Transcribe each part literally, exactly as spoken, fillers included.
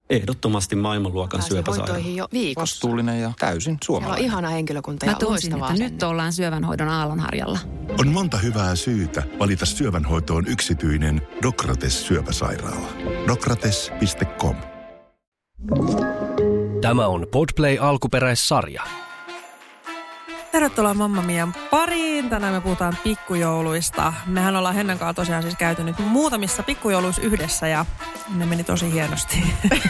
Ehdottomasti maailmanluokan syöpäsairaala. jo viikossa. Vastuullinen ja täysin suomalainen. Siellä on ihana henkilökunta ja Mä tunsin, loistavaa että asenne. nyt ollaan syövänhoidon aallonharjalla. On monta hyvää syytä valita syövänhoitoon yksityinen Docrates syöpäsairaala. Docrates piste com. Tämä on Podplay alkuperäissarja. Tervetuloa Mamma Mian pariin. Tänään me puhutaan pikkujouluista. Mehän ollaan Hennan kanssa tosiaan siis käyty nyt muutamissa pikkujouluissa yhdessä ja ne meni tosi hienosti.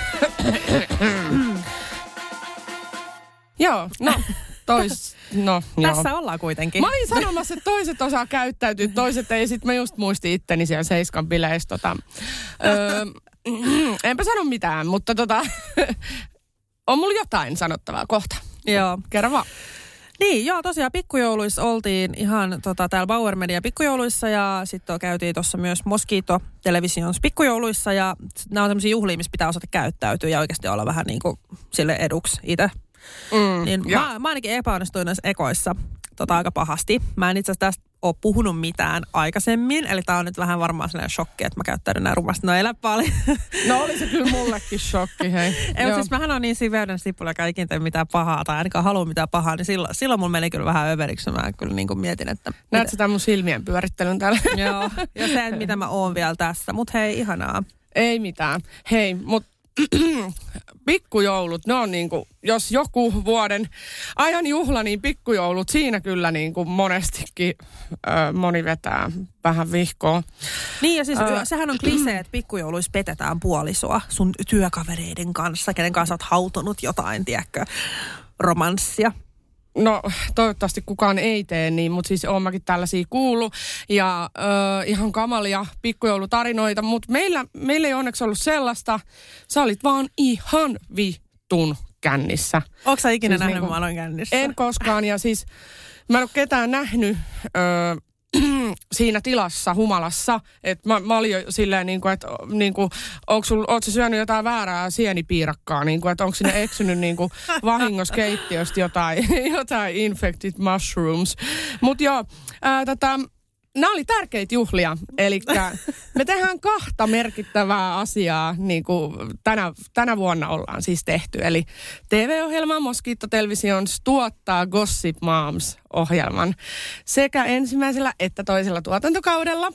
Joo, no tois, no joo. Tässä ollaan kuitenkin. Mä olin sanomassa, että toiset osaa käyttäytyä, toiset ei. Sitten mä just muistin itteni siellä Seiskan bileissä. Tota, öö, enpä sano mitään, mutta tota, on mulla jotain sanottavaa kohta. Joo. Kerro vaan. Niin, joo, tosiaan pikkujouluissa oltiin ihan tota, täällä Bauer Media pikkujouluissa ja sitten käytiin tuossa myös Mosquito Televisions pikkujouluissa ja nämä on sellaisia juhlia, missä pitää osata käyttäytyä ja oikeasti olla vähän niin kuin sille eduksi itse. Mm, niin mä, mä ainakin epäonnistuin näissä ekoissa tota, aika pahasti. Mä en itse asiassa tästä ole puhunut mitään aikaisemmin, eli tää on nyt vähän varmaan sellainen shokki, että mä käyttäydyn näin rumasti. No elä paljon. No oli se kyllä mullekin shokki, hei. Ei, siis mähän on niin siveyden sipula, joka ikinä tee mitään pahaa tai ainakaan halua mitään pahaa, niin silloin, silloin mulla meni kyllä vähän överiksi. Mä kyllä niin kuin mietin, että... Näet sä tämän mun silmien pyörittelyn täällä? Joo, ja se, että mitä mä oon vielä tässä. Mut hei, ihanaa. Ei mitään. Hei, mut pikkujoulut, ne on niinku, jos joku vuoden ajan juhla, niin pikkujoulut, siinä kyllä niinku monestikin ö, moni vetää vähän vihkoa. Niin ja siis Ö, sehän on klisee, että pikkujouluissa petetään puolisoa sun työkavereiden kanssa, kenen kanssa oot hautonut jotain, tiedätkö, romanssia. No toivottavasti kukaan ei tee niin, mutta siis oon mäkin tällaisia kuullut ja ö, ihan kamalia pikkujoulutarinoita, mutta meillä, meillä ei onneksi ollut sellaista. Sä olit vaan ihan vittun kännissä. Ootko sä ikinä siis nähnyt niinku, mä aloin kännissä? En koskaan ja siis mä en ole ketään nähnyt ö, siinä tilassa, humalassa, että mä, mä olin jo silleen niin kuin, että niin kuin, ootko sä syönyt jotain väärää sienipiirakkaa, niin kuin, että onko sinne eksynyt niin kuin vahingossa keittiöstä jotain, jotain infected mushrooms. Mutta joo, ää, tota, nämä oli tärkeitä juhlia, eli me tehdään kahta merkittävää asiaa, niin kuin tänä, tänä vuonna ollaan siis tehty. Eli T V-ohjelma Mosquito Televisions tuottaa Gossip Moms-ohjelman sekä ensimmäisellä että toisella tuotantokaudella.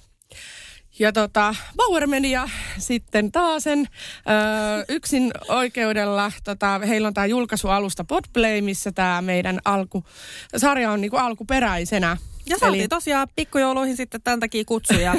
Ja tota, Bauer Media sitten taasen öö, yksin oikeudella, tota, heillä on tämä julkaisualusta Podplay, missä tämä meidän alku, sarja on niinku alkuperäisenä. Ja saatiin Eli... tosiaan pikkujouluihin sitten tämän takia kutsuja.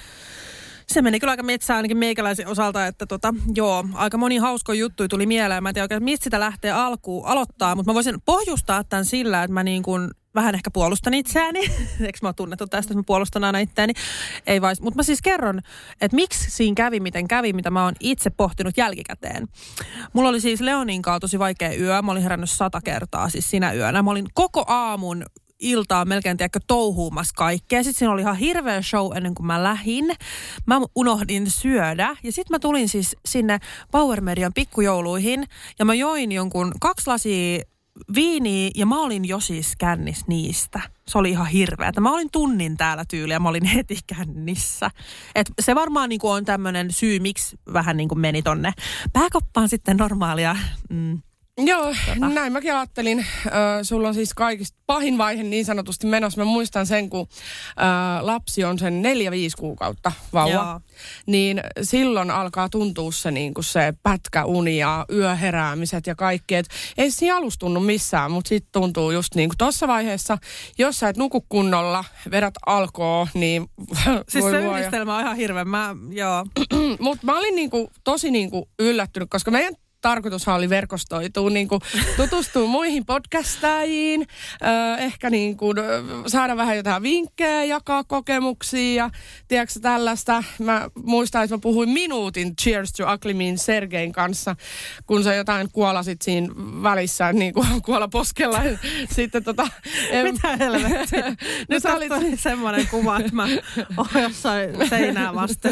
Se meni kyllä aika metsään ainakin meikäläisen osalta, että tota, joo, aika moni hausko juttu tuli mieleen. Mä en tiedä oikein, mistä sitä lähtee alkuun aloittaa, mutta mä voisin pohjustaa tämän sillä, että mä niin kuin vähän ehkä puolustan itseäni. Eikö mä oon tunnettu tästä, että mä puolustan aina itseäni? Ei vai. Mutta mä siis kerron, että miksi siinä kävi, miten kävi, mitä mä oon itse pohtinut jälkikäteen. Mulla oli siis Leonin kanssa tosi vaikea yö. Mä olin herännyt sata kertaa siis sinä yönä. Mä olin koko aamun iltaa melkein tiedäkö touhuumassa kaikkea. Sitten siinä oli ihan hirveä show ennen kuin mä lähdin. Mä unohdin syödä. Ja sitten mä tulin siis sinne Bauer Median pikkujouluihin. Ja mä join jonkun kaksi lasia viiniä ja mä olin jo siis kännis niistä. Se oli ihan hirveätä. Mä olin tunnin täällä tyyliä ja mä olin heti kännissä. Et se varmaan niinku on tämmönen syy, miksi vähän niinku meni tonne pääkoppaan sitten normaalia... Mm. Joo, tota. Näin mäkin ajattelin. Äh, sulla on siis kaikista pahin vaihe niin sanotusti menossa. Mä muistan sen, kun äh, lapsi on sen neljä, viisi kuukautta vauva. Joo. Niin silloin alkaa tuntua se, niin kuin se pätkäuni ja yöheräämiset ja kaikki. Et ei siinä alussa tunnu missään, mutta sitten tuntuu just niin kuin tuossa vaiheessa, jos sä et nuku kunnolla, vedät alkoa, niin siis voi se luoja. yhdistelmä on ihan hirveä. Mä, joo. Mutta mä olin niin kuin, tosi niin kuin yllättynyt, koska meidän tarkoitushan oli verkostoitua, niin kuin tutustua muihin podcastajiin, äh, ehkä niin kuin saada vähän jotain vinkkejä, jakaa kokemuksia ja tiedätkö tällaista. Mä muistan, että mä puhuin minuutin Cheers to Ugly Mean Sergein kanssa, kun sä jotain kuolasit siinä välissä, niin kuin kuola poskella. Sitten tota... Mitä helvettiä? Nyt sä olit semmoinen kuva, että mä oon jossain seinää vasten.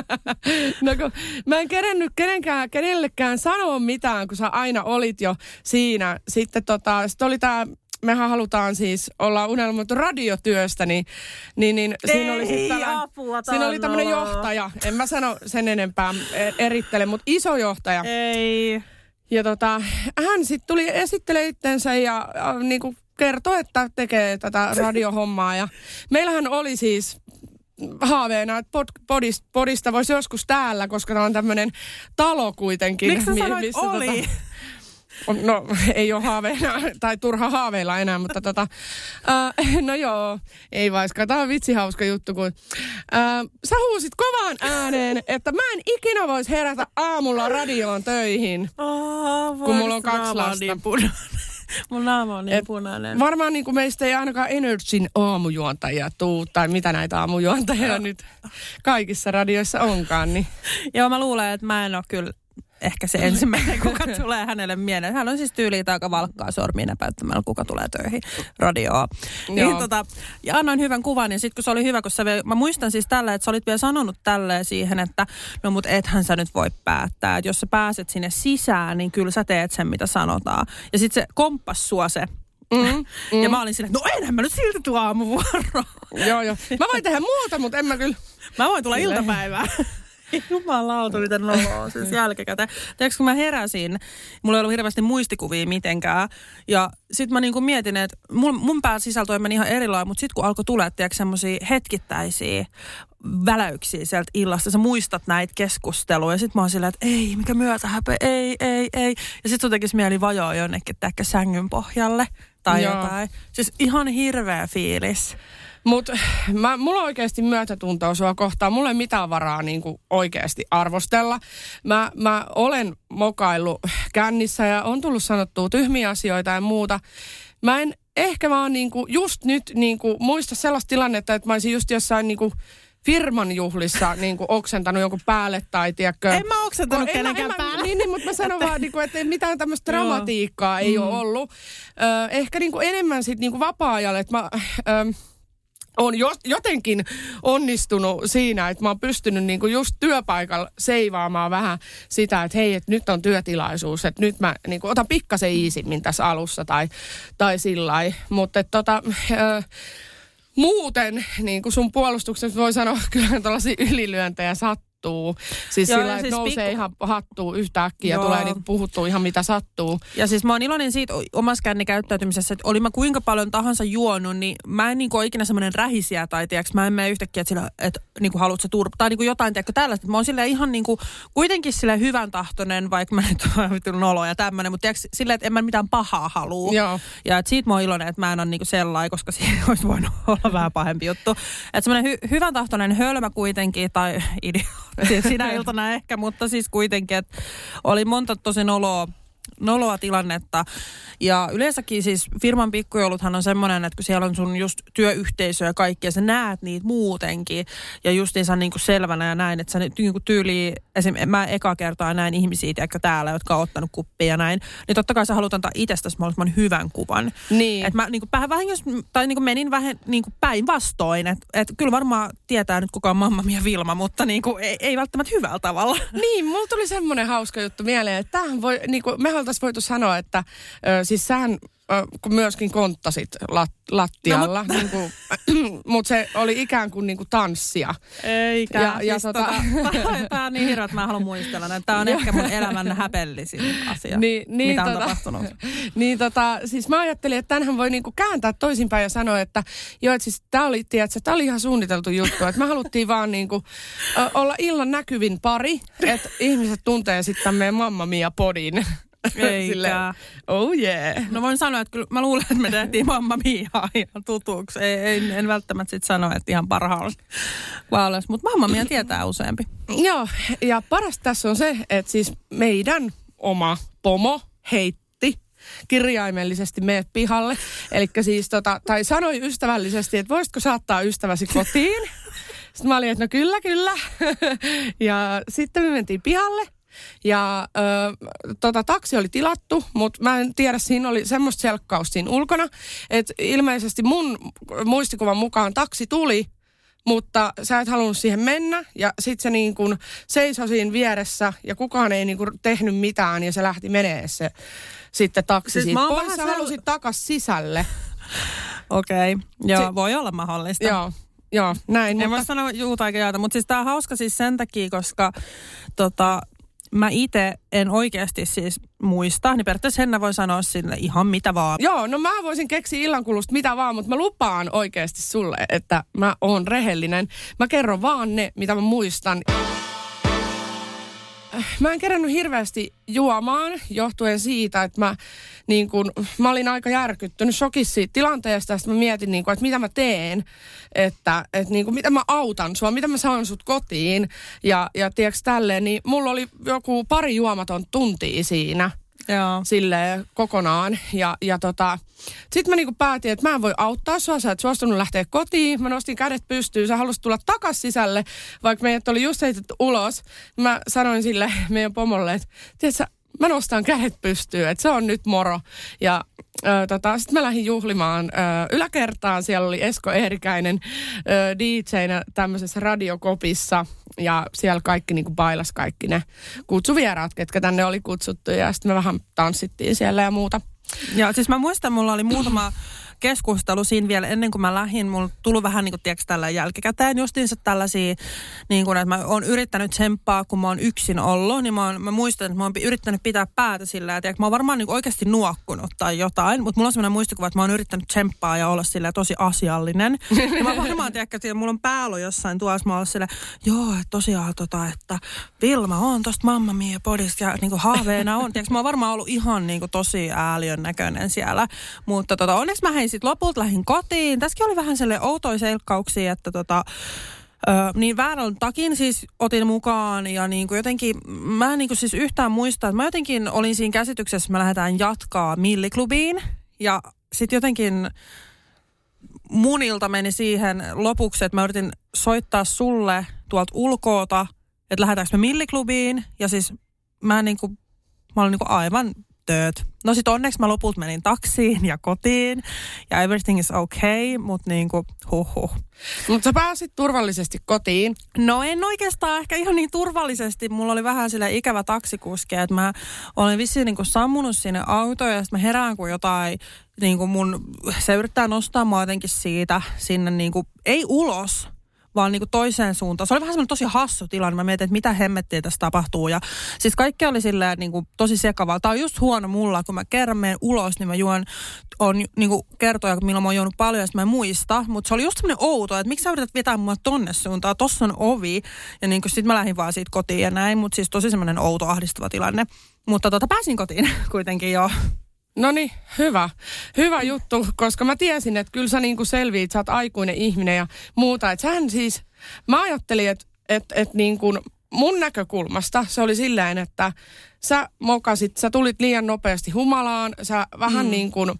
No kun mä en kerennyt kenenkään, kenellekään sanoa mitään, kun sä aina olit jo siinä. Sitten tota, sit oli tää mehän halutaan siis olla unelmoitu radiotyöstä, niin, niin, niin siinä oli sitten siinä oli tämmöinen johtaja. En mä sano sen enempää erittele, mutta iso johtaja. Ei. Ja tota, hän sitten tuli esittelee itsensä ja äh, niinku kertoi, että tekee tätä radiohommaa. Ja meillähän oli siis haaveena, että pod, podista, podista voisi joskus täällä, koska tämä on tämmöinen talo kuitenkin. Miksi sä sanoit missä oli? Tota, no, ei ole haaveena, tai turha haaveilla enää, mutta tota, äh, no joo, ei vaiskaan. Tämä on vitsi hauska juttu, kun äh, sä huusit kovaan ääneen, että mä en ikinä voisi herätä aamulla radioon töihin, oh, kun mulla on kaksi lasta. Niin mun naama on niin Et punainen. Varmaan niin kuin meistä ei ainakaan Energyn aamujuontajia tuu, tai mitä näitä aamujuontajia nyt kaikissa radioissa onkaan. Niin. Joo, mä luulen, että mä en ole kyllä ehkä se ensimmäinen, kuka tulee hänelle mieleen. Hän on siis tyyliin aika valkkaa sormiin näpäyttämällä, kuka tulee töihin radioon. Niin, tota, ja annoin hyvän kuvan, ja sitten kun se oli hyvä, kun sä vielä, mä muistan siis tällä, että sä olit vielä sanonut tälleen siihen, että no mut ethän sä nyt voi päättää, että jos sä pääset sinne sisään, niin kyllä sä teet sen, mitä sanotaan. Ja sitten se komppas sua se. Mm, mm. Ja mä olin silleen, no enhän mä nyt silti tuo aamuvuoro. Joo, joo. Mä voin tehdä muuta, mutta en mä kyllä. Mä voin tulla iltapäivään. Jumalauta, miten noloa siis jälkikäteen. Tiedätkö, kun mä heräsin, mulla ei ollut hirveästi muistikuvia mitenkään. Ja sit mä niinku mietin, että mun, mun pään sisältö meni ihan erilainen, mutta sit kun alkoi tulla, tiedätkö, semmosia hetkittäisiä väläyksiä sieltä illasta, sä muistat näitä keskusteluja. Ja sit mä oon silleen, että ei, mikä myötähäpeä, ei, ei, ei. Ja sit sun tekisi mieli vajoa jonnekin, ehkä sängyn pohjalle tai Joo. jotain. Siis ihan hirveä fiilis. Mutta mulla on oikeasti myötätuntoa sua kohtaan. Mulla ei mitään varaa niinku oikeasti arvostella. Mä, mä olen mokaillut kännissä ja on tullut sanottua tyhmiä asioita ja muuta. Mä en ehkä vaan niinku just nyt niinku muista sellaista tilannetta, että mä olisin just jossain niinku firman juhlissa niinku oksentanut jonkun päälle tai tiedätkö. En mä oksentanut kenenkään päälle. Niin, niin, mutta mä sanon vaan, niinku, että mitään tämmöistä dramatiikkaa ei mm. ole ollut. Ö, ehkä niinku enemmän sit niinku vapaa-ajalle, että mä Ö, on jotenkin onnistunut siinä, että mä oon pystynyt niinku just työpaikalla seivaamaan vähän sitä, että hei, että nyt on työtilaisuus, että nyt mä niinku otan pikkasen iisimmin tässä alussa tai, tai sillai. Mutta tota, äh, muuten niin kuin sun puolustuksessa voi sanoa kyllä tällaisia ylilyöntejä sattuu. Siis Joo, sillä, että siis nousee pikku... ihan hattuu yhtäkkiä ja tulee niinku puhuttua ihan mitä sattuu. Ja siis mä oon iloinen siitä omassa kännikäyttäytymisessä, että oli mä kuinka paljon tahansa juonut, niin mä en niinku ole ikinä semmoinen rähisiä tai tiiäks, mä en mene yhtäkkiä, että, sillä, että niinku haluat sä turpa tai niinku jotain tiedätkö tällaista. Mä oon silleen ihan niinku kuitenkin silleen hyvän tahtoinen, vaikka mä nyt oon nolo ja tämmönen, mutta tiiäks silleen, että en mä mitään pahaa halua. Joo. Ja että siitä mä oon iloinen, että mä en ole niinku sellainen, koska siinä olisi voinut olla vähän pahempi juttu. Että semmoinen hy- hyvän tahtoinen hölmä kuitenkin tai idio. Sinä iltana ehkä, mutta siis kuitenkin, että oli monta tosi noloa, noloa tilannetta. Ja yleensäkin siis firman pikkujouluthan on semmoinen, että kun siellä on sun just työyhteisö ja kaikki, ja sä näet niitä muutenkin, ja justiinsa niin kuin selvänä ja näin, että sä niin kuin tyyliin, esimerkiksi mä eka kertaa näin ihmisiä, tiedätkö, täällä, jotka on ottanut kuppia ja näin, niin totta kai sä haluat antaa itsestäsi mahdollisimman hyvän kuvan. Niin. Että mä niin kuin, vähän jos, tai niin kuin menin vähän niin kuin päinvastoin, että et, kyllä varmaan tietää nyt kuka on Mamma Mia Vilma, mutta niin kuin, ei, ei välttämättä hyvällä tavalla. Niin, mulla tuli semmoinen hauska juttu mieleen, että tämähän voi, niin kuin, me oltaisiin voitu sanoa, että ö, siis sähän kun myöskin konttasit lat, lattialla, no, mutta niin mut se oli ikään kuin, niin kuin tanssia. Eikä. Ja, ja siis tota, tämä on niin hirveä, että mä haluan muistella. Tämä on ehkä mun elämän häpellisin asia, niin, niin, mitä on tota, tapahtunut. Niin tota, siis mä ajattelin, että tämänhän voi niinku kääntää toisinpäin ja sanoa, että joo, että siis tää oli, tiedätkö, tää oli ihan suunniteltu juttu. Että me haluttiin vaan niinku ö, olla illan näkyvin pari, että ihmiset tuntee sitten meidän Mamma Mia podin. Eikä. Oh yeah. No voin sanoa, että kyllä mä luulen, että me tehtiin Mamma Miaa ihan tutuksi. Ei, ei, en välttämättä sitten sano, että ihan parhaalla vaaleassa, mutta Mamma Mia tietää useampi. Joo, ja parasta tässä on se, että siis meidän oma pomo heitti kirjaimellisesti meidät pihalle. Elikkä siis tota, tai sanoi ystävällisesti, että voisitko saattaa ystäväsi kotiin? Sitten mä olin, että no kyllä, kyllä. Ja sitten me mentiin pihalle. Ja ö, tota, taksi oli tilattu, mutta mä en tiedä, siinä oli semmoista selkkausta siinä ulkona, että ilmeisesti mun muistikuvan mukaan taksi tuli, mutta sä et halunnut siihen mennä ja sit se niin kuin seisoi siinä vieressä ja kukaan ei niin kuin tehnyt mitään ja se lähti menee se sitten taksi siis siitä pois. Sä halusit takas sisälle. Okei, okay. Joo, si- voi olla mahdollista. Joo. Joo, näin. En mutta... voi sanoa juuta eikä jaata, mutta siis tää on hauska siis sen takia, koska tota, mä itse en oikeasti siis muista, niin periaatteessa Henna voi sanoa sille ihan mitä vaan. Joo, no mä voisin keksiä illankulusta mitä vaan, mutta mä lupaan oikeasti sulle, että mä oon rehellinen. Mä kerron vaan ne, mitä mä muistan. Mä en kerännyt hirveästi juomaan johtuen siitä, että mä, niin kun, mä olin aika järkyttynyt shokissa siitä tilanteesta. Ja sitten mä mietin, niin kun, että mitä mä teen, että, että niin kun, mitä mä autan sua, mitä mä saan sut kotiin. Ja, ja tiedätkö tälleen, niin mulla oli joku pari juomaton tuntia siinä. Joo. Silleen kokonaan. Ja, ja tota, sitten mä niinku päätin, että mä en voi auttaa sua, sä et suostunut lähteä kotiin. Mä nostin kädet pystyyn, sä halusit tulla takas sisälle, vaikka meidät oli just heitetty ulos. Mä sanoin sille meidän pomolle, että tiedätkö, mä nostan kädet pystyyn, että se on nyt moro. Ja ö, tota, sitten mä lähdin juhlimaan ö, yläkertaan, siellä oli Esko Eerikäinen ö, D J:nä tämmöisessä radiokopissa. Ja siellä kaikki niin kuin bailas kaikki ne kutsuvieraat, ketkä tänne oli kutsuttu. Ja sitten me vähän tanssittiin siellä ja muuta. Joo, siis mä muistan, mulla oli muutama keskustelu siinä vielä ennen kuin mä lähdin. Mulla tuli vähän niin kuin, tiedätkö, tällä jälkikäteen justiinsa tällaisia, niin kuin, että mä oon yrittänyt tsemppaa, kun mä oon yksin ollut. Niin mä, oon, mä muistan, että mä oon yrittänyt pitää päätä sillä, ja tiedätkö, mä oon varmaan niin kuin oikeasti nuokkunut tai jotain. Mutta mulla on sellainen muistikuva, että mä oon yrittänyt tsemppaa ja olla sillä tosi asiallinen. Ja mä varmaan, tiedätkö, että mulla on pää ollut jossain tuossa, mä oon sillä, joo, että tosiaan tota, että Vilma on tosta Mamma Mia podista ja niin kuin haaveena on. Tiedätkö, mä oon varmaan ollut ihan niin kuin tosi ääliön näköinen siellä. Mutta tota, onneksi mä hein sitten lopulta lähdin kotiin. Tässäkin oli vähän sellainen outoja selkkauksia, että tota, ö, niin väärän takin siis otin mukaan ja niin kuin jotenkin, mä en niin kuin siis yhtään muista, että mä jotenkin olin siinä käsityksessä, että me lähdetään jatkaa Milliklubiin ja sitten jotenkin munilta meni siihen lopuksi, että mä yritin soittaa sulle tuolta ulkoota, että lähdetäänkö me Milliklubiin ja siis mä niin kuin, mä olin niin kuin aivan tööt. No sit onneksi mä lopulta menin taksiin ja kotiin ja everything is okay, mutta niinku huh huh. Mutta sä pääsit turvallisesti kotiin. No en oikeastaan ehkä ihan niin turvallisesti. Mulla oli vähän sille ikävä taksikuski, että mä olin vissiin niinku sammunut sinne autoon ja sitten mä herään kun jotain, niinku mun, se yrittää nostaa mua jotenkin siitä sinne niinku, ei ulos, vaan niin kuin toiseen suuntaan. Se oli vähän semmoinen tosi hassu tilanne. Mä mietin, että mitä hemmettiä tässä tapahtuu. Ja siis kaikki oli silleen niin kuin tosi sekavaa. Tää on just huono mulla, kun mä kerran menen ulos, niin mä juon, on niin kuin kertoja, milloin mä oon juonut paljon, ja mä en muista. Mutta se oli just semmoinen outo, että miksi sä yrität vetää mua tonne suuntaan. Tossa on ovi. Ja niin kuin sit mä lähdin vaan siitä kotiin ja näin. Mutta siis tosi semmoinen outo, ahdistava tilanne. Mutta tota, pääsin kotiin kuitenkin jo. No niin, hyvä. Hyvä juttu, koska mä tiesin, että kyllä sä niinku selviit, sä oot aikuinen ihminen ja muuta. Että sähän siis, mä ajattelin, että et, et niinku mun näkökulmasta se oli silleen, että sä mokasit, sä tulit liian nopeasti humalaan, sä vähän mm. niin kuin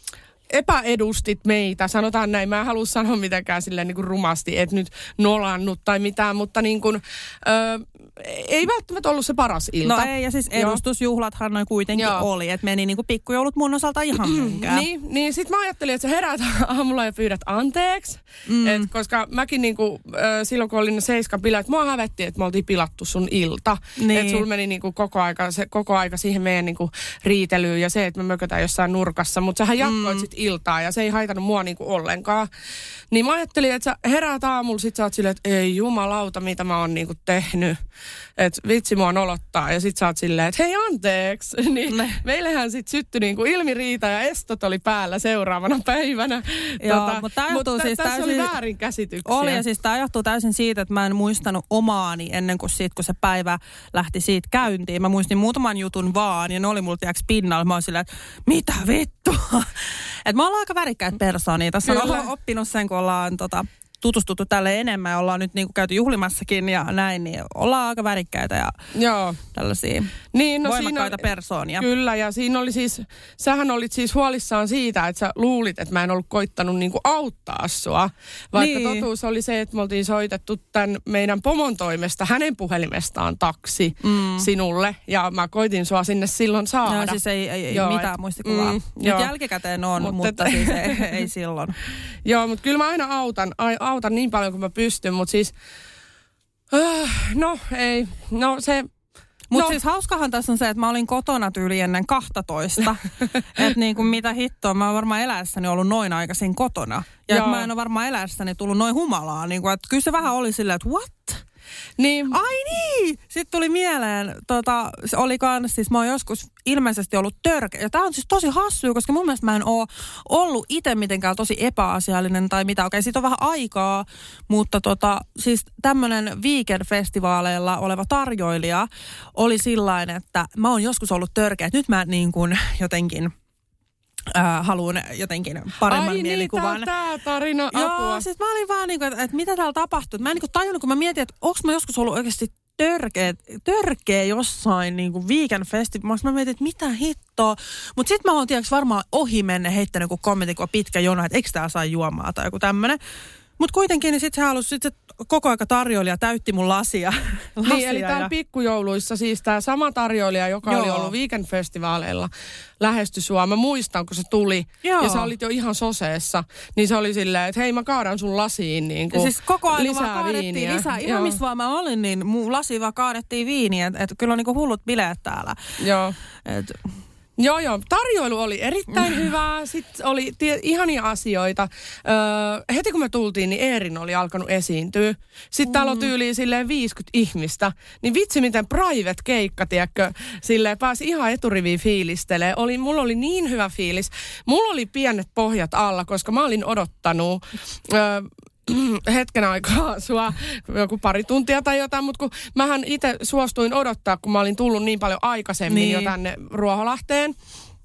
epäedustit meitä, sanotaan näin. Mä en halua sanoa mitenkään silleen niin kuin rumasti, et nyt nolannut tai mitään, mutta niin kuin, ö, ei välttämättä ollut se paras ilta. No ei, ja siis edustusjuhlathan noin kuitenkin Joo. oli, että meni niin kuin pikkujoulut mun osalta ihan menkään. niin, niin sit mä ajattelin, että sä heräät aamulla ja pyydät anteeksi, mm. et, koska mäkin niin kuin, ö, silloin kun olin seiskan bileet, mua hävettiin, että me oltiin pilattu sun ilta. Niin. Että sulla meni niin kuin koko aika, se, koko aika siihen meidän niin kuin riitelyyn ja se, että me mökötään jossain nurkassa, mutta sähän jatkoit mm. sit iltaa ja se ei haitannut mua niinku ollenkaan. Niin mä ajattelin, että sä heräät aamulla, sit sä oot silleen, että ei jumalauta, mitä mä oon niinku tehnyt. Että vitsi mua nolottaa. Ja sit sä oot silleen, että hei anteeksi. niin ne. Meillähän sit syttyi niinku ilmiriita ja estot oli päällä seuraavana päivänä. Joo, tota, mutta tää johtuu mutta siis tässä täysin... oli väärinkäsityksiä. Oli ja siis tää johtuu täysin siitä, että mä en muistanut omaani ennen kuin siitä, kun se päivä lähti siitä käyntiin. Mä muistin muutaman jutun vaan ja ne oli mulla tiiäks pinnalla. Mä oon silleen, että mitä vittua? Että mä ollaan aika värikkäitä persoonia. Tässä Kyllä. on oppinut sen, kun ollaan tota, tutustuttu tälle enemmän ja ollaan nyt niinku käyty juhlimassakin ja näin, niin ollaan aika värikkäitä ja Joo. tällaisia niin, no voimakkaita siinä, persoonia. Kyllä, ja siinä oli siis, sähän olit siis huolissaan siitä, että sä luulit, että mä en ollut koittanut niinku auttaa sua. Vaikka niin. totuus oli se, että me oltiin soitettu tämän meidän pomon toimesta, hänen puhelimestaan taksi mm. sinulle, ja mä koitin sua sinne silloin saada. Joo, siis ei, ei, ei joo, mitään et, muistikuvaa. Mm, Nyt joo. jälkikäteen on, mutta, mutta siis ei, ei silloin. Joo, mutta kyllä mä aina autan, a, autan niin paljon kuin mä pystyn, mutta siis, öö, no ei, no se... Mutta no. siis hauskahan tässä on se, että mä olin kotona tyyli ennen kaksitoista. Että niinku mitä hittoa, mä oon varmaan eläessäni ollut noin aikaisin kotona. Ja että mä en ole varmaan eläessäni tullut noin humalaan. Niinku, että kyllä se vähän oli silleen, että what? Niin. Ai niin! Sitten tuli mieleen, tota, se oli kans, siis mä oon joskus ilmeisesti ollut törkeä. Ja tää on siis tosi hassua, koska mun mielestä mä en oo ollut itse mitenkään tosi epäasiallinen tai mitä. Okei, siitä on vähän aikaa, mutta tota, siis tämmönen Weekend-festivaaleilla oleva tarjoilija oli sillain, että mä oon joskus ollut törkeä. Nyt mä niin kuin jotenkin... Äh, haluan jotenkin paremman Ai mielikuvan. Ai niin, tää tarina, apua. Joo, siis mä olin vaan niinku, että, että mitä täällä tapahtuu. Mä en niinku tajunnut, kun mä mietin, että onko mä joskus ollut oikeasti törkeä, törkeä jossain niinku Weekend-festivaalissa. Mä mietin, että mitä hittoa. Mutta sit mä oon tiiäks varmaan ohi menne heittänyt joku kommentin, kun on pitkä jono, että eikö tää saa juomaa tai joku tämmönen. Mutta kuitenkin niin sit se halusi, sit se koko aika tarjoilija täytti mun lasia. lasia niin, eli täällä ja... pikkujouluissa siis tämä sama tarjoilija, joka Joo. oli ollut Weekend-festivaaleilla, lähestyi sua. Mä muistan, kun se tuli Joo. ja sä olit jo ihan soseessa, niin se oli silleen, että hei mä kaadan sun lasiin niin kuin siis koko ajan lisää vaan kaadettiin viiniä. lisää. Ihan Joo. missä vaan mä olin, niin mun lasiin vaan kaadettiin viiniä. Että et kyllä on niinku hullut bileet täällä. Joo. Et... Joo, joo. Tarjoilu oli erittäin hyvää. Sitten oli tie, ihania asioita. Öö, heti kun me tultiin, niin Eerin oli alkanut esiintyä. Sitten mm. täällä on tyyliin silleen viisikymmentä ihmistä. Niin vitsi, miten private keikka, tiedätkö, silleen pääsi ihan eturiviin fiilistelee. Oli, mulla oli niin hyvä fiilis. Mulla oli pienet pohjat alla, koska mä olin odottanut... Öö, hetken aikaa sua, joku pari tuntia tai jotain, mutta kun mähän itse suostuin odottaa, kun mä olin tullut niin paljon aikaisemmin niin. jo tänne Ruoholahteen.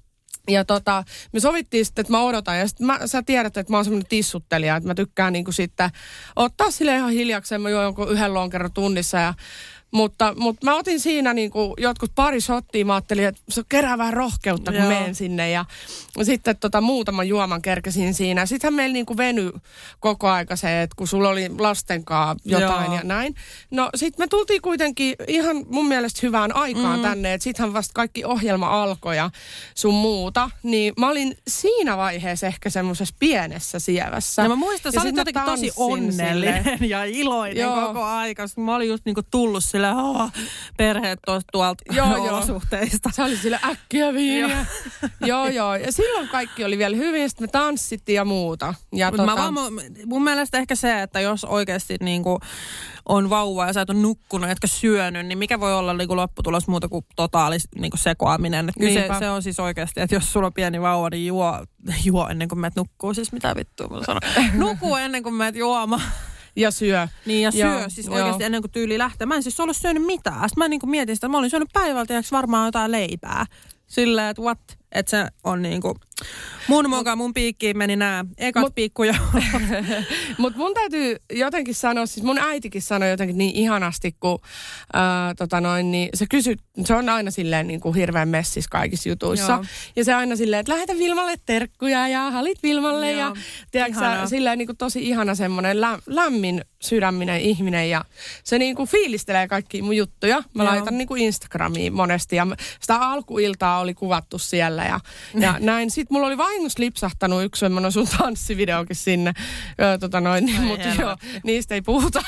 Ja tota, me sovittiin sitten, että mä odotan. Ja sitten mä, sä tiedät, että mä oon semmoinen tissuttelija, että mä tykkään niinku sitten ottaa sille ihan hiljakseen. Mä juon jonkun yhden lonkeron tunnissa ja Mutta, mutta mä otin siinä niin kuin jotkut pari shottia. Mä ajattelin, että se kerää vähän rohkeutta, kun Joo. menen sinne. Ja sitten tota, muutaman juoman kerkesin siinä. Sittenhän meillä niin kuin venyi koko aika se, että kun sulla oli lastenkaan jotain Joo. ja näin. No sitten me tultiin kuitenkin ihan mun mielestä hyvään aikaan mm. tänne. Että sittenhän vasta kaikki ohjelma alkoi ja sun muuta. Niin mä olin siinä vaiheessa ehkä semmoisessa pienessä sievässä. Ja mä muistan, sä olit jotenkin tosi onnellinen sille. ja iloinen Joo. koko aika. Mä olin just niin kuin tullut sille, oh, perheet tuolta olosuhteista. Se oli sille äkkiä viiniä. joo, joo. Ja silloin kaikki oli vielä hyvin, sitten me tanssittiin ja muuta. Ja tota... mä vaan, mun mielestä ehkä se, että jos oikeasti niin kuin on vauva ja sä et ole nukkunut, etkä syönyt, niin mikä voi olla niin kuin lopputulos muuta kuin totaali niin kuin sekoaminen. Kyllä se, se on siis oikeasti, että jos sulla on pieni vauva, niin juo, juo ennen kuin meet nukkuu. Siis mitä vittua mä sanon. Nukkuu ennen kuin meet juomaan. Ja syö. Niin ja syö ja, siis oikeasti ennen kuin tyyli lähtee. Mä en siis ollut syönyt mitään. Sitten mä niin kuin mietin sitä, että mä olin syönyt päivältä ja varmaan jotain leipää. Silleen, että what? Että se on niin kuin... Mun mukaan mun piikkiin meni nämä ekat mut, piikkuja. Mutta mun täytyy jotenkin sanoa, siis mun äitikin sanoi jotenkin niin ihanasti, kun ää, tota noin, niin se kysyi, se on aina silleen niin kuin hirveän messis kaikissa jutuissa. Joo. Ja se aina silleen, että lähetä Vilmalle terkkuja ja halit Vilmalle. Joo, ja tiedätkö sä, silleen niin kuin tosi ihana semmoinen lä- lämmin sydäminen ihminen. Ja se niin kuin fiilistelee kaikkia mun juttuja. Mä Joo. laitan niin kuin Instagramiin monesti ja sitä alkuiltaa oli kuvattu siellä ja, ja näin. Sitten mulla oli vahingossa lipsahtanut yksi semmoinen sun tanssivideokin sinne, öö, tota noin, niin, mutta joo, niistä ei puhuta.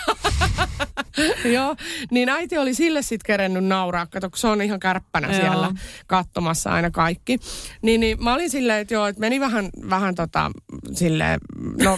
joo, niin äiti oli sille sitten kerennyt nauraa, kato, kun se on ihan kärppänä joo. siellä katsomassa aina kaikki. Niin, niin mä olin silleen, että joo, että meni vähän, vähän tota, silleen, no,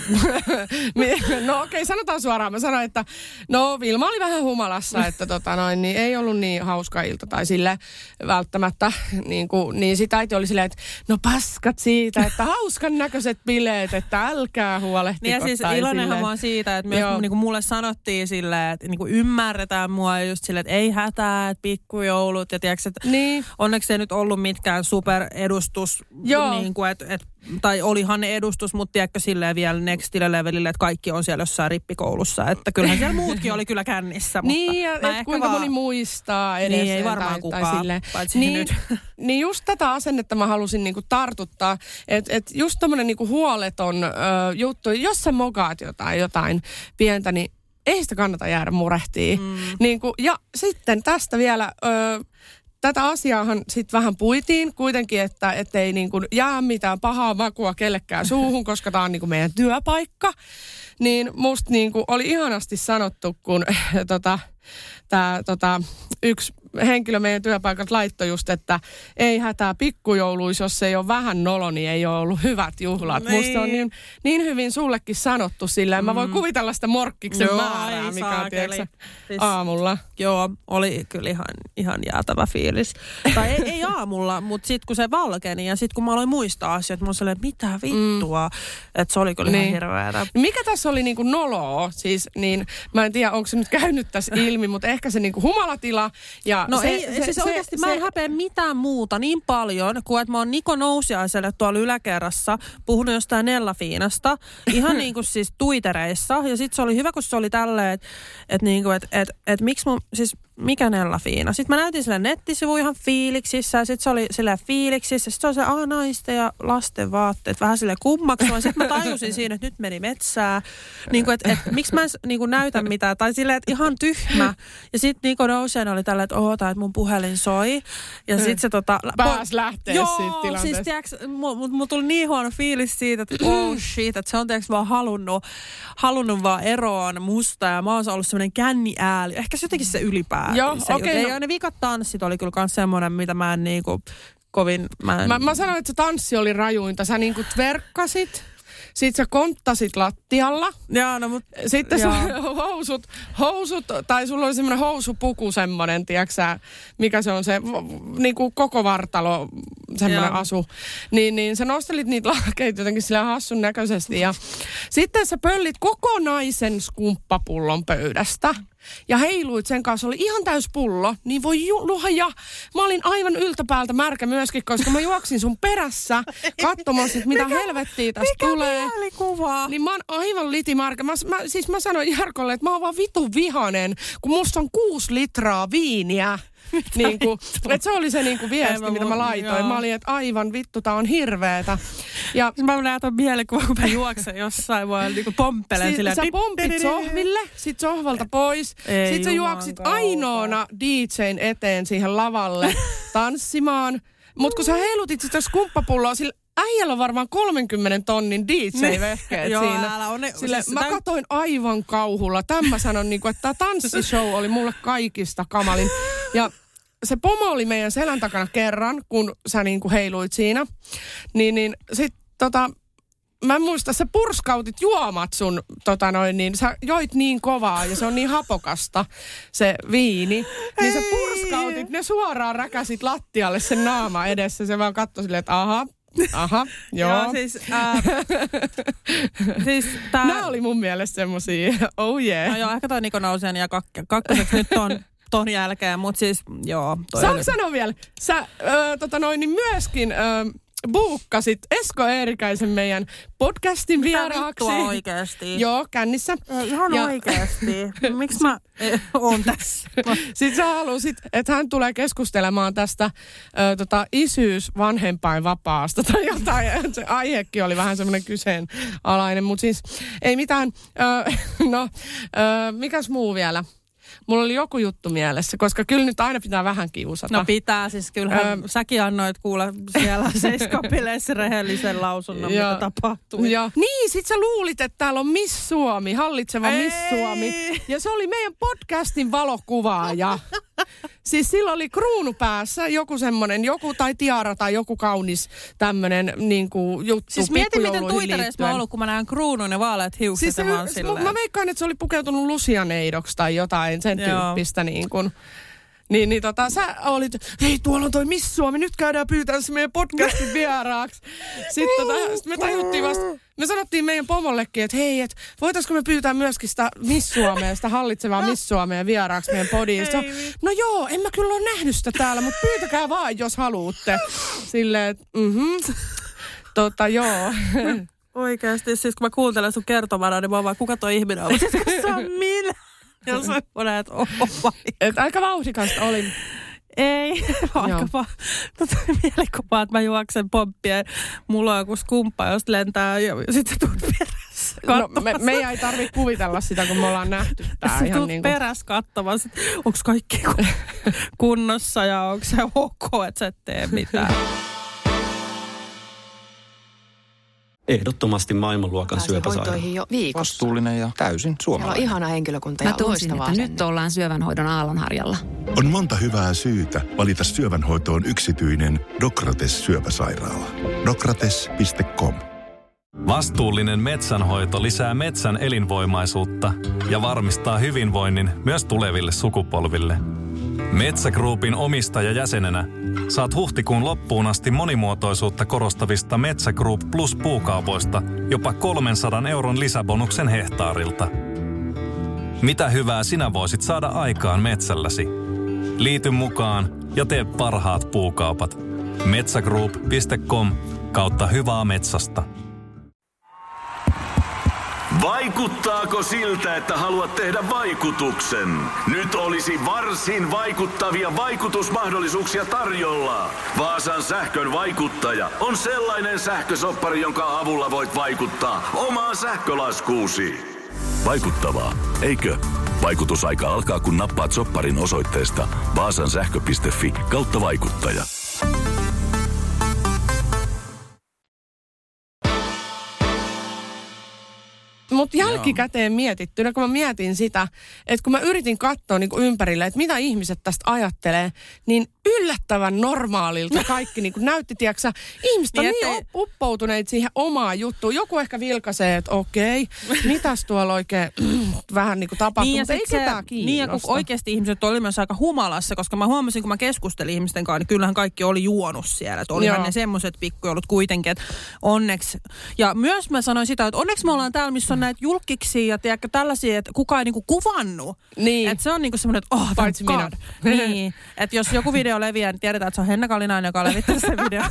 no okei, okay, sanotaan suoraan. Mä sanoin, että no Vilma oli vähän humalassa, että tota noin, niin ei ollut niin hauska ilta tai sille välttämättä, niin, kuin, niin sit äiti oli silleen, että no paskat siitä, että hauskan näköiset bileet, että älkää huolehtiko. Niin ja siis iloinenhan mä oon siitä, että myös niin kuin mulle sanottiin silleen, että niin kuin ymmärretään mua just silleen, että ei hätää, että pikkujoulut ja tiedätkö, että niin. onneksi ei nyt ollut mitkään superedustus, niin kuin, että, että, tai olihan ne edustus, mutta tiedätkö silleen vielä nextille levelille, että kaikki on siellä jossain rippikoulussa, että kyllähän siellä muutkin oli kyllä kännissä. Mutta niin ja et kuinka vaan... moni muistaa edes. Niin ei varmaan tai, kukaan, tai silleen. Paitsi niin, nyt. Niin just tätä asennetta mä halusin niinku tartuttaa, että et just tommonen niinku huoleton ö, juttu, jos sä mokaat jotain, jotain pientä, niin ei sitä kannata jäädä murehtii. Mm. Niinku, ja sitten tästä vielä... Ö, tätä asiaahan sitten vähän puitiin kuitenkin, että ettei niin kuin jää mitään pahaa makua kellekään suuhun, koska tämä on niin kuin meidän työpaikka. Niin musta niin kuin oli ihanasti sanottu, kun tota, tämä tota, yksi henkilö meidän työpaikalta laittoi just, että ei hätää pikkujouluissa, jos ei ole vähän nolo, niin ei ole ollut hyvät juhlat. Niin. Musta on niin, niin hyvin sullekin sanottu silleen. Mm. Mä voin kuvitella sitä morkkiksen joo, määrää, mikä on tiedätkö, siis, aamulla. Joo, oli kyllä ihan, ihan jäätävä fiilis. Tai ei, ei aamulla, mutta sitten kun se valkeni ja sitten kun mä aloin muistaa asioita, mä olin silleen, mitä vittua. Mm. Että se oli kyllä niin. ihan hirveätä. Mikä tässä oli niinku noloa? Siis niin, mä en tiedä, onko se nyt käynyt tässä ilmi, mutta ehkä se niinku humalatila ja no se, ei, se, siis se, oikeasti se, mä en se, häpeä mitään muuta niin paljon, kuin että mä oon Niko Nousiaiselle tuolla yläkerrassa puhunut jostain Nellafiinasta, ihan niin kuin siis tuitereissa. Ja sit se oli hyvä, kun se oli tälleen, että et niinku, et, et, et miksi mun, siis mikä Nellafiina? Sitten mä näytin sille nettisivu ihan fiiliksissä ja sitten se oli silleen fiiliksissä. Sitten se oli se, aah naisten ja lasten vaatteet, vähän silleen kummaksua. Sitten mä tajusin siinä, että nyt meni metsää. Niin kuin, että et, miksi mä en niin kuin näytä mitään. Tai silleen, että ihan tyhmä. Ja sitten Niko Nousiainen oli tälleen, että oota, että mun puhelin soi. Ja sitten se tota... Pääs lähteä joo, siitä tilanteesta. Joo, siis tiiäks, mulla mul tuli niin huono fiilis siitä, että oh shit, että se on tiiäks vaan halunnut, halunnut vaan eroon musta. Ja mä oon ollut semmoinen känniääli. Ehkä se jotenkin se ylipää. Joo, okei. Okay, no. Ne vikat tanssit oli kyllä kans semmoinen, mitä mä en niinku kovin... Mä, en... mä, mä sanoin, että se tanssi oli rajuinta. Sä niinku tverkkasit, sit sä konttasit lattialla. Joo, no mut... Sitten sun housut, housut, tai sulla oli semmoinen housupuku semmoinen, tiiäksä, mikä se on se, niinku koko vartalo, semmoinen asu. Niin, niin sä nostelit niitä lahkeita jotenkin sillä hassun näköisesti. Ja sitten sä pöllit kokonaisen skumppapullon pöydästä. Ja heiluit sen kanssa, oli ihan täys pullo, niin voi luoja. Mä olin aivan yltäpäältä märkä myöskin, koska mä juoksin sun perässä katsomaan, että mitä mikä, helvettiä tästä mikä tulee. Mikä mielikuva? Niin mä oon aivan litimärkä. Mä, mä, siis mä sanoin Jarkolle, että mä oon vaan vitun vihanen, kun musta on kuusi litraa viiniä. Niin kuin, että se oli se niin kuin viesti, mä mitä mä laitoin. Joo. Mä olin, että aivan vittu, tää on hirveetä. Ja mä näen ton mielikuva, kun mä juoksen jossain, vaan niin kuin pomppelen si- silleen. Sä pomppit sohville, sit sohvalta pois. Ei, sit sä juoksit ainoana D J:n eteen siihen lavalle tanssimaan. Mut kun sä heilutit sitä skumppapulloa, sillä äijällä on varmaan kolmenkymmenen tonnin D J-vehkeet joo, siinä. Älä on ne, Sille, siis mä tämän... katoin aivan kauhulla. Tämän mä sanon, niin kuin, että tämä tanssishow oli mulle kaikista kamalin. Ja se pomo oli meidän selän takana kerran, kun sä niin kuin heiluit siinä. Niin, niin sit tota... Mä en muista, sä purskautit juomat sun, tota noin, niin sä joit niin kovaa ja se on niin hapokasta, se viini. Niin sä purskautit, ne suoraan räkäsit lattialle sen naama edessä. Se vaan katsoi silleen, että aha, aha, joo. Joo, siis... Äh, siis tää... Nämä oli mun mielestä semmosia, oh yeah. No joo, ehkä toi Niko Nousiainen ja kak- kakkoseksi nyt on ton jälkeen, mutta siis joo. Saanko oli... sanoa vielä? Sä äh, tota noin, niin myöskin... Äh, buukkasit Esko Eerikäisen meidän podcastin vieraaksi. Mitä oikeasti? Joo, kännissä. Ei, ihan ja... oikeasti. Miksi mä oon tässä? Sitten sä halusit, että hän tulee keskustelemaan tästä ö, tota, isyys-vanhempainvapaasta tai jotain. Se aihekin oli vähän semmoinen kyseenalainen, mutta siis ei mitään. Ö, no, ö, mikäs muu vielä? Mulla oli joku juttu mielessä, koska kyllä nyt aina pitää vähän kiusata. No pitää, siis kyllähän öö, säkin annoit kuule siellä Seiskapileissä rehellisen lausunnon, ja, mitä tapahtui. Ja, niin, sit sä luulit, että täällä on Miss Suomi, hallitseva Ei. Miss Suomi. Ja se oli meidän podcastin valokuvaaja. Siis sillä oli kruunu päässä, joku semmoinen, joku tai tiara tai joku kaunis tämmönen niinku juttu. Siis mieti, miten tuitereissa mä oon ollut, kun mä näen kruunun ja vaaleat hiukset siis ja mä oon silleen. Mä veikkaan, että se oli pukeutunut lusianeidoksi tai jotain sen Joo. tyyppistä niin kuin. Niin, niin tota, sä olit, hei tuolla on toi Miss Suomi, nyt käydään pyytää se meidän podcastin vieraaksi. Sitten tota, sit me tajuttiin vasta, me sanottiin meidän pomollekin, että hei, että voitaisko me pyytää myöskin sitä Miss Suomea, sitä hallitsevaa Miss Suomea vieraaksi meidän podiin. So, no joo, en mä kyllä ole nähnyt sitä täällä, mutta pyytäkää vaan, jos haluatte. Silleen, että mhm, tota joo. Oikeasti, siis kun mä kuuntelen sun kertomana, niin mä oon vaan, kuka toi ihminen on? Siis kun se on minä. Ja se on että oh vai. Et aika vauhdikasta olin. Ei, aika vaan tota, mielikuvaa, että mä juoksen pomppien. Mulla on joku skumppa, josta lentää ja sitten se tuut perässä. No, me, meidän ei tarvitse kuvitella sitä, kun me ollaan nähty tää Sä ihan tulet niin kuin... peräs katsomassa, onko kaikki kunnossa ja onko se ok, että sä et tee mitään. Ehdottomasti maailmanluokan syöpäsairaala. jo viikossa. Vastuullinen ja täysin suomalainen. Siellä on ihana henkilökunta ja Mä tunsin, loistavaa että asenne. nyt ollaan syövänhoidon aallonharjalla. On monta hyvää syytä valita syövänhoitoon yksityinen Docrates syöpäsairaala. Docrates piste com. Vastuullinen metsänhoito lisää metsän elinvoimaisuutta ja varmistaa hyvinvoinnin myös tuleville sukupolville. Metsä Groupin omistajajäsenenä saat huhtikuun loppuun asti monimuotoisuutta korostavista Metsä Group Plus puukaupoista jopa kolmensadan euron lisäbonuksen hehtaarilta. Mitä hyvää sinä voisit saada aikaan metsälläsi? Liity mukaan ja tee parhaat puukaupat. metsägroup piste com kautta hyvää metsästä. Vaikuttaako siltä, että haluat tehdä vaikutuksen? Nyt olisi varsin vaikuttavia vaikutusmahdollisuuksia tarjolla. Vaasan sähkön vaikuttaja on sellainen sähkösoppari, jonka avulla voit vaikuttaa omaan sähkölaskuusi. Vaikuttavaa, eikö? Vaikutusaika alkaa, kun nappaat sopparin osoitteesta vaasansähkö piste fi kautta vaikuttaja. Mutta jälkikäteen mietittynä, kun mä mietin sitä, että kun mä yritin katsoa niin kuin ympärille, että mitä ihmiset tästä ajattelee, niin yllättävän normaalilta kaikki niin kuin näytti, tiiäksä, ihmiset on niin, niin uppoutuneet siihen omaan juttuun. Joku ehkä vilkaisee, että okei, mitäs tuolla oikein vähän niin kuin tapahtuu, niin mutta ei ketään kiinnosta. Niin ja kun oikeasti ihmiset oli myös aika humalassa, koska mä huomasin, kun mä keskustelin ihmisten kanssa, niin kyllähän kaikki oli juonut siellä. Että olihan Joo. ne semmoiset pikkujoulut kuitenkin, että onneksi. Ja myös mä sanoin sitä, että onneksi me ollaan täällä, missä on näitä julkkiksia ja tiedätkö, tällaisia, että kukaan ei niinku kuvannut. Niin. Että se on niinku semmoinen, että oh, paitsi minä. Niin. Että jos joku video leviää, niin tiedetään, että se on Henna Kalinainen, joka levittää sen video.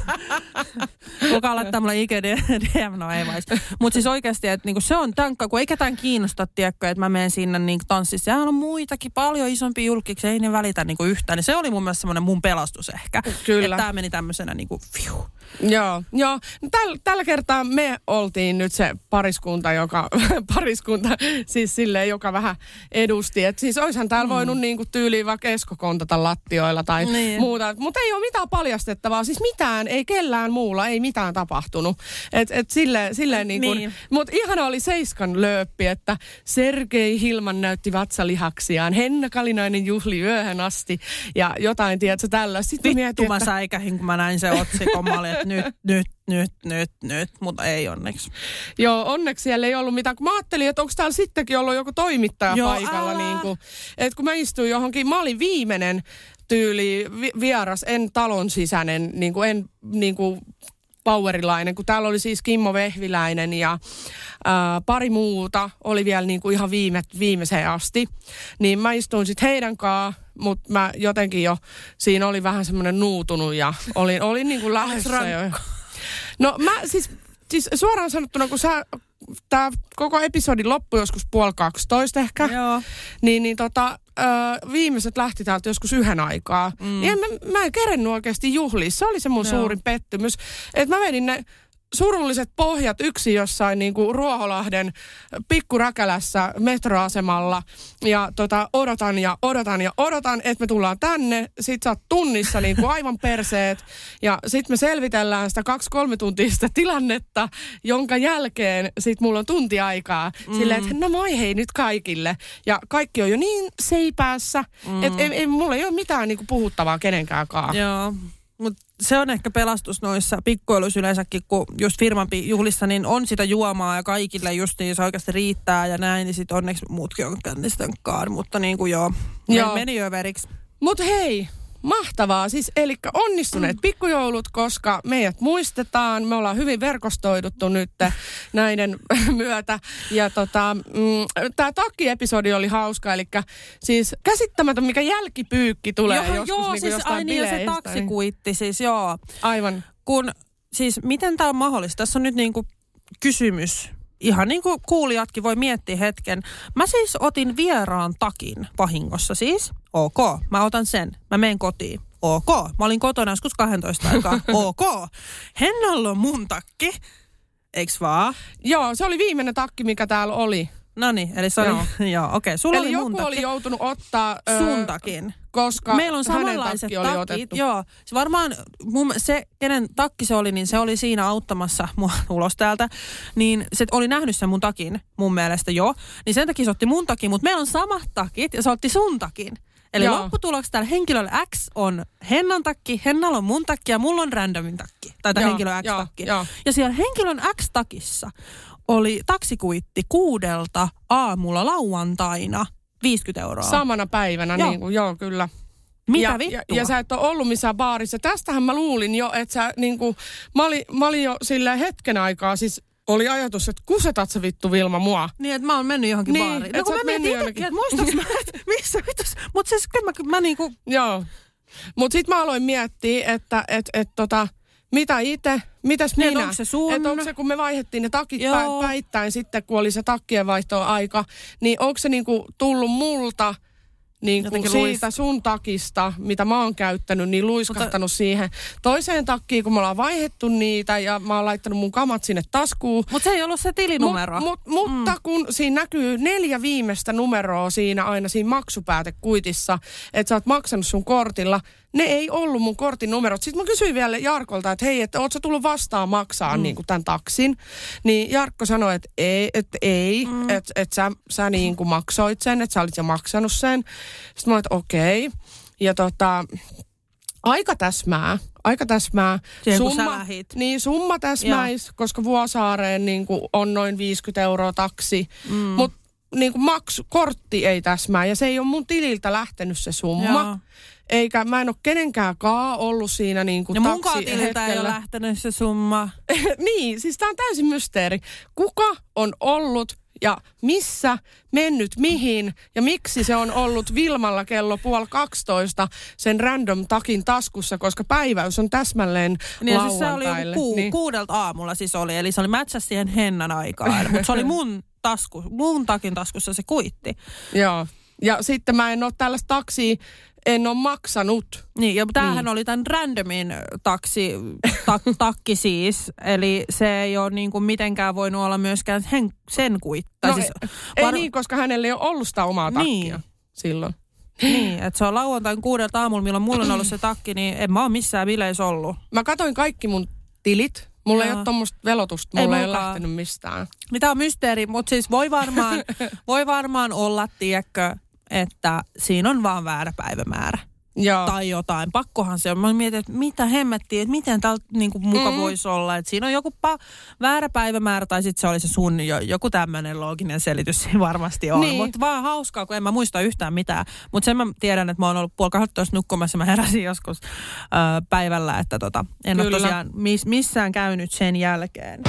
Kuka laittaa mulle I G D M, no ei vais. Mutta siis oikeasti, että niinku se on tankka, kun ei ketään kiinnosta, tiedätkö, että mä menen sinne niinku tanssissa. Sehän on muitakin paljon isompia julkkiksia, ei ne välitä niinku yhtään. Niin se oli mun mielestä semmoinen mun pelastus ehkä. Kyllä. Että tää meni tämmöisenä niinku fiu. Joo, joo. No, täl, tällä kertaa me oltiin nyt se pariskunta, joka, pariskunta siis silleen, joka vähän edusti. Et siis oishan täällä mm. voinut niinku tyyliin vaikka Esko kontata lattioilla tai niin. muuta. Mutta ei ole mitään paljastettavaa. Siis mitään, ei kellään muulla, ei mitään tapahtunut. Et, et silleen, silleen niinku. Niin. Mutta ihana oli Seiskan lööppi, että Sergei Hilman näytti vatsalihaksiaan. Henna Kalinainen juhli yöhön asti ja jotain, tiedätkö, tällä. Sitten vittu mä että... säikähin, kun mä näin se otsikon. Mä olin, että nyt, nyt, nyt, nyt, nyt, mutta ei onneksi. Joo, onneksi siellä ei ollut mitään. Kun mä ajattelin, että onko täällä sittenkin ollut joku toimittaja Joo, paikalla. Niin kuin, että kun mä istuin johonkin, mä olin viimeinen tyyli vi- vieras, en talon sisäinen, niin kuin en niin kuin powerilainen, kun täällä oli siis Kimmo Vehviläinen ja ää, pari muuta oli vielä niin kuin ihan viime, viimeiseen asti. Niin mä istuin sitten heidän kanssaan, mutta mä jotenkin jo, siinä oli vähän semmoinen nuutunut ja olin, olin niin kuin lähdössä jo. No mä siis, siis suoraan sanottuna, kun sä, tää koko episodin loppu joskus puoli kaksitoista ehkä, Joo. niin, niin tota, ö, viimeiset lähti täältä joskus yhden aikaa. Mm. Ja mä, mä en kerennyt oikeasti juhlia. Se oli se mun Joo. suurin pettymys, että mä vedin ne surulliset pohjat yksin jossain niin kuin Ruoholahden pikkuräkälässä metroasemalla ja tota, odotan ja odotan ja odotan, että me tullaan tänne. Sit sä oot tunnissa niin kuin aivan perseet ja sit me selvitellään sitä kaksi-kolme tuntista tilannetta, jonka jälkeen sit mulla on tunti aikaa mm. silleen, että no moi hei nyt kaikille. Ja kaikki on jo niin seipäässä, mm. että ei, ei, mulla ei ole mitään niin kuin puhuttavaa kenenkäänkään. Joo. Mutta se on ehkä pelastus noissa pikkuiluissa yleensäkin, kun just firman juhlissa, niin on sitä juomaa ja kaikille just niin se oikeasti riittää ja näin, niin sitten onneksi muutkin on kännistönkaan, mutta niin kuin joo, joo. meni överiksi. Mutta hei, mahtavaa. Siis eli onnistuneet mm. pikkujoulut, koska meidät muistetaan. Me ollaan hyvin verkostoiduttu nyt näiden myötä. Ja tota, mm, tämä takkiepisodi oli hauska. Eli siis käsittämätön, mikä jälkipyykki tulee joo, joskus joo, niin siis jostain bileistä. Joo, se taksikuitti siis, joo. Aivan. Kun, siis miten tämä on mahdollista? Tässä on nyt niinku kysymys. Ihan niin kuin kuulijatkin voi miettiä hetken. Mä siis otin vieraan takin vahingossa siis. Ok, mä otan sen. Mä menen kotiin. Ok, mä olin kotona joskus kaksitoista aikaa. Ok, Hennalla on mun takki. Eiks vaan? Joo, se oli viimeinen takki, mikä täällä oli. No niin, eli se oli, joo, joo okei. Sulla eli oli joku mun takki. oli joutunut ottaa... Sun takin. Koska meillä on samanlaiset takit, joo. Se varmaan mun, se, kenen takki se oli, niin se oli siinä auttamassa mua ulos täältä. Niin se oli nähnyt sen mun takin, mun mielestä jo. Niin sen takia se otti mun takin, mutta meillä on samat takit ja se otti sun takin. Eli joo. Lopputuloksi täällä henkilöllä X on Hennan takki, Hennalla on mun takki ja mulla on randomin takki. Tai tämä henkilö X-takki. Jo, jo. Ja siellä henkilön X-takissa oli taksikuitti kuudelta aamulla lauantaina viisikymmentä euroa. Samana päivänä, joo. Niin kuin, joo kyllä. Mitä ja, vittua? Ja, ja sä et ole ollut missään baarissa. Tästähän mä luulin jo, että sä niin kuin, mä, olin, mä olin jo silleen hetken aikaa, siis oli ajatus, että kusetat sä vittu Vilma mua. Niin, että mä oon mennyt johonkin niin, baariin. No kun mä mietin itsekin, että muistaaks mä, että missä vitus. Mutta siis kyllä mä, mä niinku... Joo. Mut sit mä aloin miettiä, että et, et, tota... Mitä itse? Mitäs minä? Että onko se sun? Että onko se, kun me vaihdettiin ne takit pä- päittäin sitten, kun oli se takkien vaihtoaika, niin onko se niinku tullut multa niinku siitä luis. sun takista, mitä mä oon käyttänyt, niin luiskahtanut mutta, siihen toiseen takkiin, kun me ollaan vaihdettu niitä ja mä oon laittanut mun kamat sinne taskuun. Mutta se ei ollut se tilinumero. Mut, mut, mm. Mutta kun siinä näkyy neljä viimeistä numeroa siinä aina siinä maksupäätekuitissa, että sä oot maksanut sun kortilla, ne ei ollut mun kortin numerot. Sitten mä kysyin vielä Jarkolta, että hei, että oot sä tullut vastaan maksaa mm. niin kuin tämän taksin. Niin Jarkko sanoi, että ei, että ei, mm. että et sä, sä niin kuin maksoit sen, että sä olit jo maksanut sen. Sitten mä olin, että okei. Okay. Ja tota, aika täsmää, aika täsmää. Siihen, summa, niin summa täsmäis, joo. Koska Vuosaareen niin kuin on noin viisikymmentä euroa taksi. Mm. Mutta niin kuin maksu, kortti ei täsmää ja se ei ole mun tililtä lähtenyt se summa. Joo. Eikä mä en ole kenenkään kaa ollut siinä niin kuin taksi hetkellä. Ja munkaan tililtä ei ole lähtenyt se summa. Niin, siis tää on täysin mysteeri. Kuka on ollut ja missä, mennyt mihin ja miksi se on ollut Vilmalla kello puoli kaksitoista sen random takin taskussa, koska päiväys on täsmälleen niin, lauantaille. Siis se oli joku ku, niin. kuudelta aamulla siis oli, eli se oli mätsäs siihen Hennan aikaan, mutta se oli mun tasku, mun takin taskussa se kuitti. Joo, ja sitten mä en ole tällaista taksia, en ole maksanut. Niin, ja tämähän niin. oli tämän randomin taksi, tak, takki siis, eli se ei ole niin kuin mitenkään voinut olla myöskään hen, sen kuittaa. No siis, ei, var... ei niin, koska hänellä ei ole ollut sitä omaa takkia niin. silloin. Niin, että se on lauantain kuudelta aamulla, milloin mulla on ollut se takki, niin en mä ole missään bileissä ollut. Mä katsoin kaikki mun tilit. Mulla Joo. ei ole tommoista velotusta, mulla ei, ei ole lähtenyt mistään. Mitä on mysteeri, mutta siis voi varmaan, voi varmaan olla, tiedätkö, että siinä on vaan väärä päivämäärä. Joo. Tai jotain. Pakkohan se on. Mä mietin, että mitä hemmettiin, että miten täällä niinku muka mm. voisi olla. Että siinä on joku pa- väärä päivämäärä tai sitten se oli se sun jo, joku tämmöinen looginen selitys siinä varmasti on. Niin. Mutta vaan hauskaa, kun en mä muista yhtään mitään. Mutta sen mä tiedän, että mä oon ollut puoli kahtatoista nukkumassa. Mä heräsin joskus ö, päivällä, että tota, en Kyllä. ole tosiaan miss- missään käynyt sen jälkeen.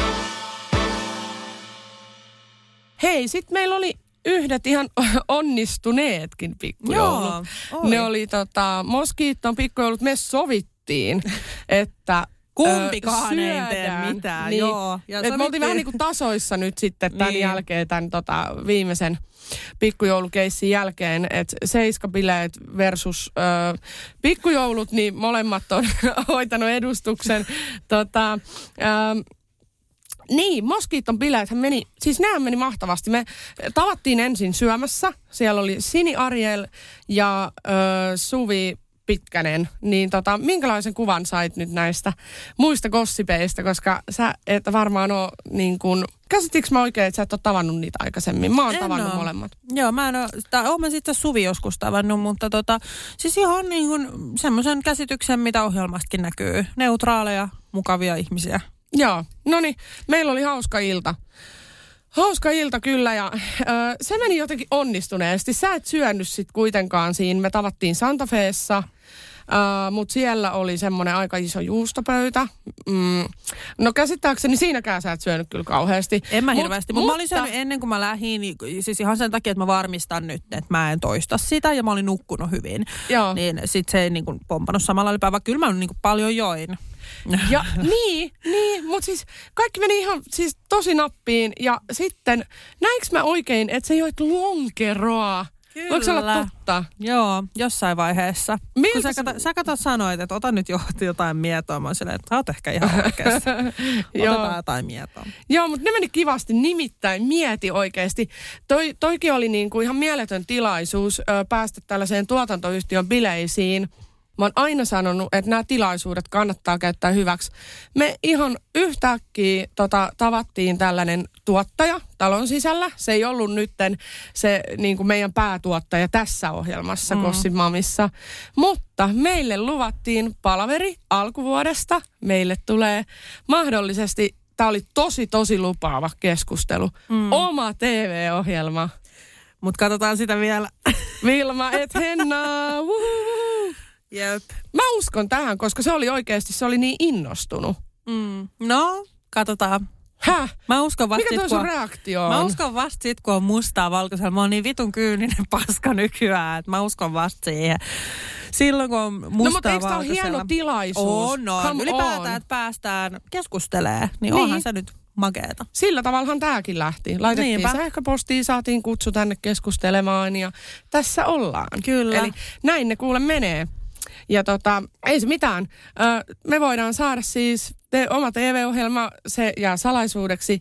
Hei, sit meillä oli yhdet ihan onnistuneetkin pikkujoulut. Joo, ne oli tota, Moskiiton pikkujoulut, me sovittiin, että kumpikaan ei tee mitään. Niin, joo. Ja et me oltiin vähän niin kuin tasoissa nyt sitten tämän niin. jälkeen, tämän tota, viimeisen pikkujoulukeissin jälkeen, että seiskabileet versus ö, pikkujoulut, niin molemmat on hoitanut edustuksen. Tota, ö, Niin, Moskiiton bileethän meni, siis nämä meni mahtavasti. Me tavattiin ensin syömässä. Siellä oli Sini Ariel ja ö, Suvi Pitkänen. Niin tota, minkälaisen kuvan sait nyt näistä muista gossipeista, koska sä et varmaan ole niin kuin, käsittikö mä oikein, että sä et ole tavannut niitä aikaisemmin? Mä oon en tavannut oo. molemmat. Joo, mä en ole, tai oon mä sitten Suvi joskus tavannut, mutta tota, siis ihan niin kuin semmoisen käsityksen, mitä ohjelmastakin näkyy. Neutraaleja, mukavia ihmisiä. Joo, no niin, meillä oli hauska ilta. Hauska ilta kyllä ja ö, se meni jotenkin onnistuneesti. Sä et syönyt sit kuitenkaan siinä. Me tavattiin Santa Feessa, mutta siellä oli semmoinen aika iso juustopöytä. Mm, no käsittääkseni siinäkään sä et syönyt kyllä kauheasti. En mä hirveästi, mutta mut mä olin syönyt ennen kuin mä lähdin, siis ihan sen takia, että mä varmistan nyt, että mä en toista sitä ja mä olin nukkunut hyvin. Joo. Niin sit se ei niin kuin pompannut samalla lailla päivä. Kyllä mä niin kuin paljon join. Ja niin, niin, mutta siis kaikki meni ihan siis tosi nappiin ja sitten näinkö mä oikein, että sä joit lonkeroa? Kyllä. Voiko se olla totta? Joo, jossain vaiheessa. Miltä Kun sä, kato, sä kato sanoit, että ota nyt jo jotain mietoa. Mä oon silleen, että oot ehkä ihan oikeassa. Otetaan jotain mietoa. Joo, mutta ne meni kivasti. Nimittäin mieti oikeasti. Toi, toikin oli niinku ihan mieletön tilaisuus ö, päästä tällaiseen tuotantoyhtiön bileisiin. Mä oon aina sanonut, että nämä tilaisuudet kannattaa käyttää hyväksi. Me ihan yhtäkkiä tota, tavattiin tällainen tuottaja talon sisällä. Se ei ollut nytten se niin kuin meidän päätuottaja tässä ohjelmassa, mm. Kossin Mamissa. Mutta meille luvattiin palaveri alkuvuodesta. Meille tulee mahdollisesti, tämä oli tosi tosi lupaava keskustelu, mm. oma T V-ohjelma. Mutta katsotaan sitä vielä. Vilma et Henna, wuhuu. Jep. Mä uskon tähän, koska se oli oikeasti, se oli niin innostunut. Mm. No, katsotaan. Häh? Mä uskon vasta Mikä toi sit, sun kun reaktio on? Mä uskon vasta sit, kun on mustaa valkoisella. Mä oon niin vitun kyyninen paska nykyään, että mä uskon vasta siihen. Silloin, kun on mustaa no, mutta eikö tää ole valkoisella. hieno tilaisuus? On, on. Come Ylipäätään, on. että päästään keskustelemaan, niin, Niin. onhan se nyt makeeta. Sillä tavallahan tääkin lähti. Laitettiin Niinpä. sähköpostiin, saatiin kutsu tänne keskustelemaan ja tässä ollaan. Kyllä. Eli näin ne kuule menee. Ja tota, ei se mitään. Ö, me voidaan saada siis te, oma T V-ohjelma, se jää salaisuudeksi.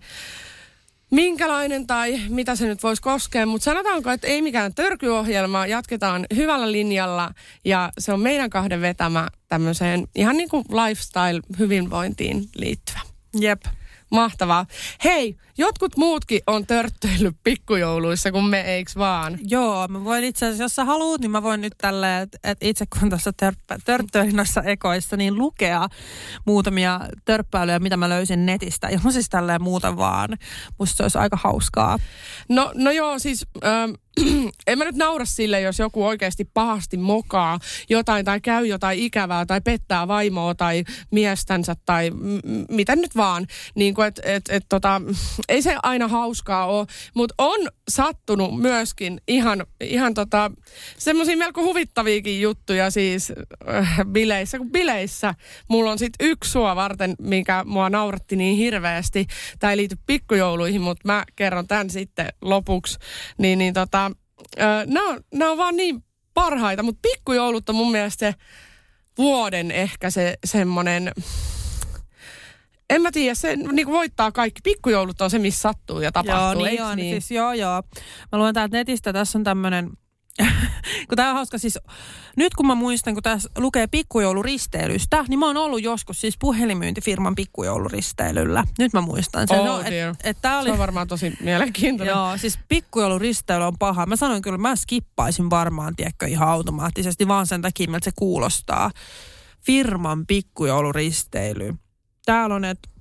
Minkälainen tai mitä se nyt voisi koskea, mutta sanotaanko, että ei mikään törkyohjelma, jatketaan hyvällä linjalla ja se on meidän kahden vetämä tämmöiseen ihan niin kuin lifestyle-hyvinvointiin liittyvä. Jep. Mahtavaa. Hei, jotkut muutkin on törttöillyt pikkujouluissa kuin me, eiks vaan? Joo, mä voin itse asiassa, jos sä haluut, niin mä voin nyt tälleen, että et itse kun tuossa törttöilin noissa ekoissa, niin lukea muutamia törppäilyjä, mitä mä löysin netistä. Ja mä siis tälleen muuten vaan. Musta se olisi aika hauskaa. No, no joo, siis ähm, en mä nyt naura sille, jos joku oikeasti pahasti mokaa jotain tai käy jotain ikävää tai pettää vaimoa tai miestänsä tai m- mitä nyt vaan. Niin kuin, että et, et, tota, ei se aina hauskaa ole, mutta on sattunut myöskin ihan, ihan tota, semmoisia melko huvittaviakin juttuja siis äh, bileissä. Kun bileissä mulla on sitten yksi sua varten, mikä mua nauratti niin hirveästi. Tämä ei liity pikkujouluihin, mutta mä kerron tämän sitten lopuksi. Niin, niin tota, äh, nämä on, nämä on vaan niin parhaita, mutta pikkujoulut on mun mielestä se vuoden ehkä se semmoinen... En mä tiedä, se niin kuin voittaa kaikki. Pikkujoulut on se, missä sattuu ja tapahtuu, joo, niin on. niin? Siis, joo, joo. Mä luen täältä netistä, tässä on tämmönen, kun tää on hauska, siis nyt kun mä muistan, kun tässä lukee pikkujouluristeilystä, niin mä oon ollut joskus siis puhelinmyyntifirman pikkujouluristeilyllä. Nyt mä muistan sen. Oh, no, et, et tää oli... Se on varmaan tosi mielenkiintoinen. Joo, siis pikkujouluristeily on paha. Mä sanoin kyllä, mä skippaisin varmaan, tiedätkö, ihan automaattisesti, vaan sen takia, miltä se kuulostaa. Firman pikkujouluristeily. Täällä on, että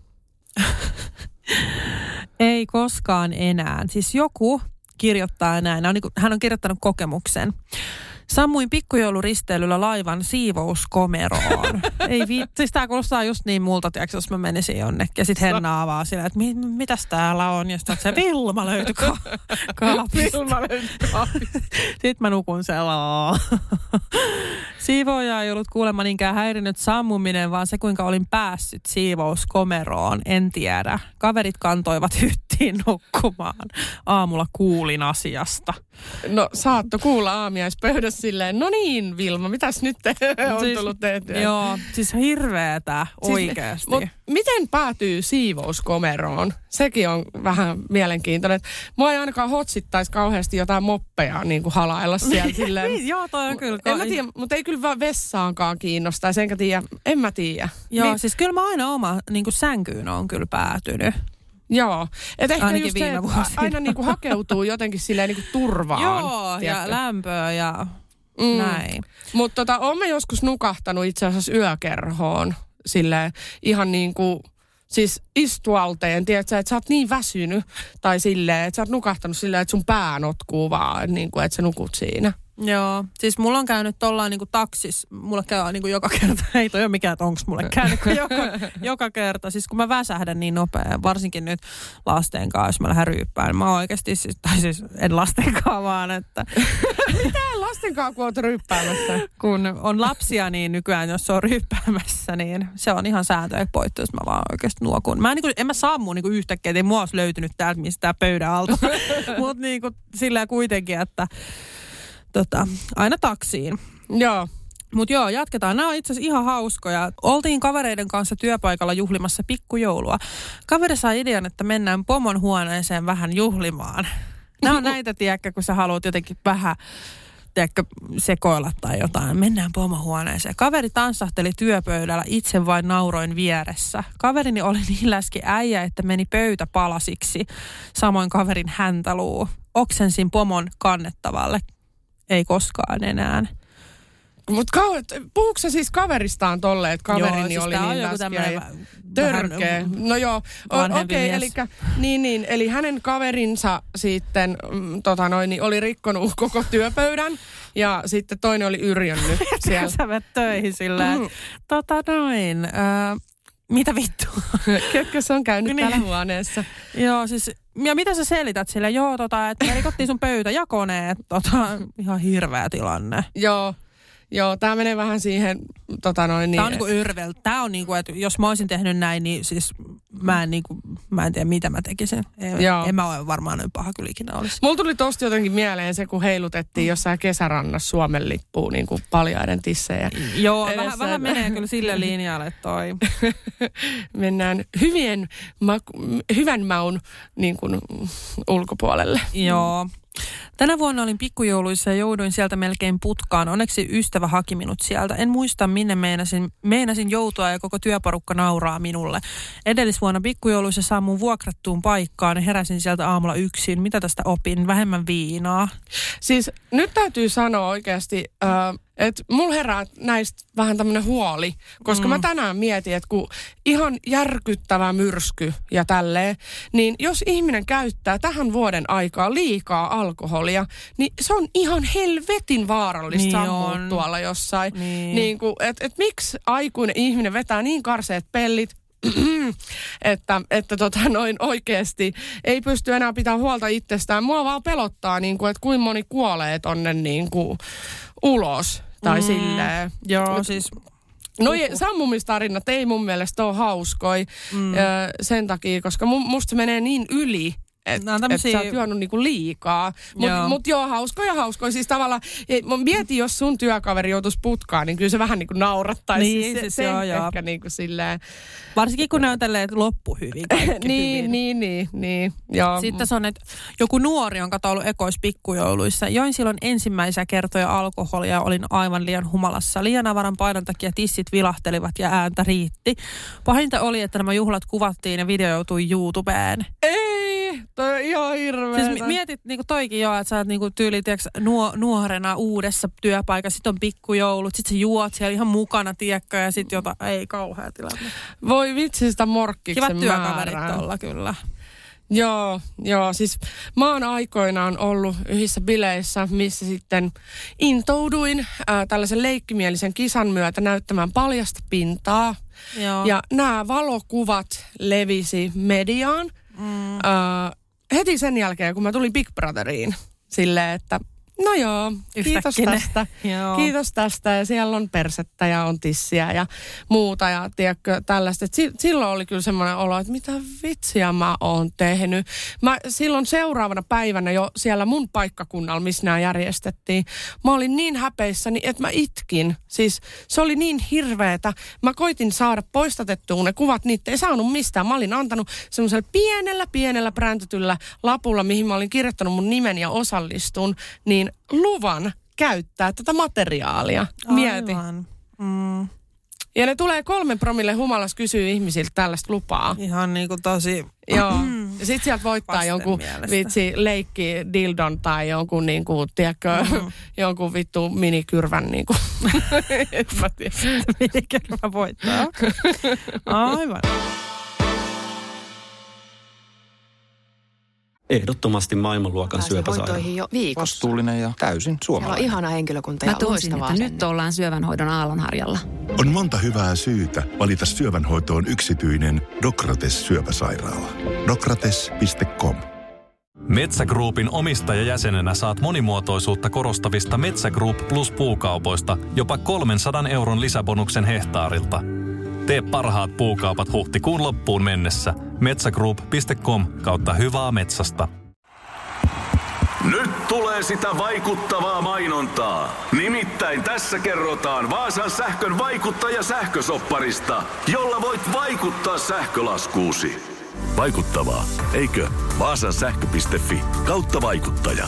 ei koskaan enää. Siis joku kirjoittaa näin. On niin kuin, hän on kirjoittanut kokemuksen. Sammuin pikkujouluristeilyllä laivan siivouskomeroon. Ei vitsi, siis tää kuulostaa just niin multa, tiiäks, jos mä menisin jonnekin. Ja sit Henna avaa sillä, että mi, mitäs täällä on? Ja sit se Vilma löytyi ka- kaapista. Vilma löytyi kaapista. Sitten mä nukun selaa. Siivooja ei ollut kuulemma niinkään häirinyt sammuminen, vaan se kuinka olin päässyt siivouskomeroon. En tiedä. Kaverit kantoivat hyttiin nukkumaan. Aamulla kuulin asiasta. No saatto kuulla aamiaispöydässä silleen, no niin Vilma, mitäs nyt on siis, tullut tehtyä? Joo, siis hirveetä siis, oikeasti. Mut miten päätyy siivouskomeroon? Sekin on vähän mielenkiintoinen. Mua ei ainakaan hotsittaisi kauheasti jotain moppeja niin kuin halailla siellä silleen. Joo, toi on kyllä. En mä tiedä, mutta ei kyllä vaan vessaankaan kiinnostaa, enkä tiedä, en mä tiedä. Joo, niin, siis kyllä mä aina oma niin kuin sänkyyn on kyllä päätynyt. Joo, että ehkä ainakin just se, viime vuosina. aina niin kuin hakeutuu jotenkin silleen niin kuin turvaan. Joo, tiedätkö? ja lämpöä ja mm. näin. Mutta tota, oon mä joskus nukahtanut itse asiassa yökerhoon silleen ihan niin kuin, siis istualteen, tiedätkö, että sä oot niin väsynyt tai silleen, että sä oot nukahtanut silleen, että sun pää notkuu vaan, niin kuin, että sä nukut siinä. Joo, siis mulla on käynyt tollain niinku taksis, mulla käy niinku joka kerta, ei toi ole mikään, että onks mulle käynyt joka, joka kerta. Siis kun mä väsähdän niin nopea, varsinkin nyt lasten kanssa, jos mä lähden ryyppään, mä oikeasti, siis, tai siis en lasten kanssa vaan, että... Mitä lasten kanssa, kun oot ryyppäämässä? Kun on lapsia, niin nykyään jos se on ryyppäämässä, niin se on ihan sääntö ja poittu, jos mä vaan oikeasti nuokun. Mä en, niin en mä sammu niin yhtäkkiä, ei mua olisi löytynyt täältä mistään pöydän alta, mutta niin silleen kuitenkin, että... tota, aina taksiin. Joo. Mutta joo, jatketaan. Nämä on itse asiassa ihan hauskoja. Oltiin kavereiden kanssa työpaikalla juhlimassa pikkujoulua. Kaveri sai idean, että mennään pomon huoneeseen vähän juhlimaan. Nämä on näitä, tiedäkö, kun sä haluat jotenkin vähän, tiedäkö, sekoilla tai jotain. Mennään pomon huoneeseen. Kaveri tanssahteli työpöydällä, itse vain nauroin vieressä. Kaverini oli niin läski äijä, että meni pöytä palasiksi. Samoin kaverin häntäluu. Oksensin pomon kannettavalle. Ei koskaan enää. Mutta puhuuko se siis kaveristaan tolleen, että kaverini joo, siis oli niin läskiä ja törkeä? No joo, okei, okay, eli niin, niin, eli hänen kaverinsa sitten mm, tota noin, niin oli rikkonut koko työpöydän ja sitten toinen oli yrjönnyt siellä. Sä vet töihin silleen, mm. tota noin, äh, mitä vittua? Ketkä se on käynyt niin. Täällä huoneessa? Joo, siis, ja mitä sä selität sille? Joo, tota, että me rikottiin sun pöytä ja koneet, tota, ihan hirveä tilanne. Joo. Joo, tää menee vähän siihen, tota noin niin. Tää on niinku yrvel. Tää on niinku, että jos mä olisin tehnyt näin, niin siis mä en niinku, mä en tiedä mitä mä tekisin. En, en mä ole varmaan noin paha kyllä ikinä olisi. Mulla tuli tosta jotenkin mieleen se, kun heilutettiin jossain kesärannassa Suomen lippuun niinku paljaiden tissejä. Joo, vähän, vähän menee kyllä sille linjalle toi. Mennään hyvien, maku, hyvän maun niin kuin ulkopuolelle. Joo. Tänä vuonna olin pikkujouluissa ja jouduin sieltä melkein putkaan. Onneksi ystävä haki minut sieltä. En muista, minne meinasin, meinasin joutua ja koko työporukka nauraa minulle. Edellisvuonna pikkujouluissa saamuin vuokrattuun paikkaan ja heräsin sieltä aamulla yksin. Mitä tästä opin? Vähemmän viinaa. Siis nyt täytyy sanoa oikeasti, äh, että mulla herää näistä vähän tämmöinen huoli, koska mm. mä tänään mietin, että kun ihan järkyttävä myrsky ja tälleen, niin jos ihminen käyttää tähän vuoden aikaa liikaa alkoholia, niin se on ihan helvetin vaarallista niin sammua tuolla jossain. Niin. Niin kuin, että et miksi aikuinen ihminen vetää niin karseet pellit, että, että tota noin oikeasti ei pysty enää pitämään huolta itsestään. Mua vaan pelottaa, niin kuin, että kuinka moni kuolee tonne niin kuin ulos tai mm. silleen. Joo, Mut, siis... No sammumistarinat ei mun mielestä ole hauskoi mm. sen takia, koska musta se menee niin yli. Että et sä oot juonut niinku liikaa. Mutta joo. Mut joo, hauskoja hauskoja. Siis tavallaan, mieti, jos sun työkaveri joutuisi putkaan, niin kyllä se vähän niinku naurattaisi. Niin, se, siis se joo, ehkä joo. niinku silleen. Varsinkin kun ne on tälleen, että loppu hyvin. niin, hyvin. niin, niin, niin. Joo. Sitten se on, että joku nuori on kato ollut ekois pikkujouluissa. Join silloin ensimmäisiä kertoja alkoholia, olin aivan liian humalassa. Liian avaran painon takia tissit vilahtelivat ja ääntä riitti. Pahinta oli, että nämä juhlat kuvattiin ja video joutui YouTubeen. Ei! Toi on ihan hirveetä. Siis mietit niinku toikin jo, että sä oot niinku tyyli, tiiäks, nuo, nuorena uudessa työpaikassa, sit on pikkujoulut, sit sä juot siellä ihan mukana, tiedätkö, ja sit jota, ei kauhea tilanne. Voi vitsi sitä morkkiksen Kivat työkaverit tolla kyllä. Joo, joo, siis mä oon aikoinaan ollut yhdessä bileissä, missä sitten intouduin äh, tällaisen leikkimielisen kisan myötä näyttämään paljasta pintaa. Joo. Ja nämä valokuvat levisi mediaan. Mm. Äh, heti sen jälkeen, kun mä tulin Big Brotheriin, silleen, että no joo, kiitos tästä. Joo. Kiitos tästä ja siellä on persettä ja on tissiä ja muuta ja tiedätkö tällaista. Et silloin oli kyllä semmoinen olo, että mitä vitsiä mä oon tehnyt. Mä silloin seuraavana päivänä jo siellä mun paikkakunnalla, missä nämä järjestettiin, mä olin niin häpeissäni, että mä itkin. Siis se oli niin hirveetä. Mä koitin saada poistatettua ne kuvat, niitä ei saanut mistään. Mä olin antanut semmoisella pienellä, pienellä präntätyllä lapulla, mihin mä olin kirjoittanut mun nimen ja osallistun, niin luvan käyttää tätä materiaalia. Mieti. Mm. Ja ne tulee kolmen promille humalas kysyy ihmisiltä tällaista lupaa. Ihan niinku tosi... Joo. Ja sit sieltä voittaa jonkun mielestä. Vitsi leikki dildon tai jonkun niinku, tiedätkö, mm. jonkun vittu minikyrvän niinku. En mä tiedä. Minikyrvä voittaa. Aivan. Ehdottomasti maailmanluokan syöpäsairaala. Jo vastuullinen ja täysin suomalainen. Siellä on ihana henkilökunta ja loistavaa. Että nyt ollaan syövänhoidon aallonharjalla. On monta hyvää syytä valita syövänhoitoon yksityinen Docrates syöpäsairaala. Docrates piste com. Metsä Groupin omistajajäsenenä saat monimuotoisuutta korostavista Metsä Group Plus puukaupoista jopa kolmensadan euron lisäbonuksen hehtaarilta. Tee parhaat puukaupat huhtikuun loppuun mennessä. metsägroup piste com kautta hyvää metsästä. Nyt tulee sitä vaikuttavaa mainontaa. Nimittäin tässä kerrotaan Vaasan sähkön vaikuttaja sähkösopparista, jolla voit vaikuttaa sähkölaskuusi. Vaikuttavaa, eikö? Vaasan sähkö piste fi kautta vaikuttaja.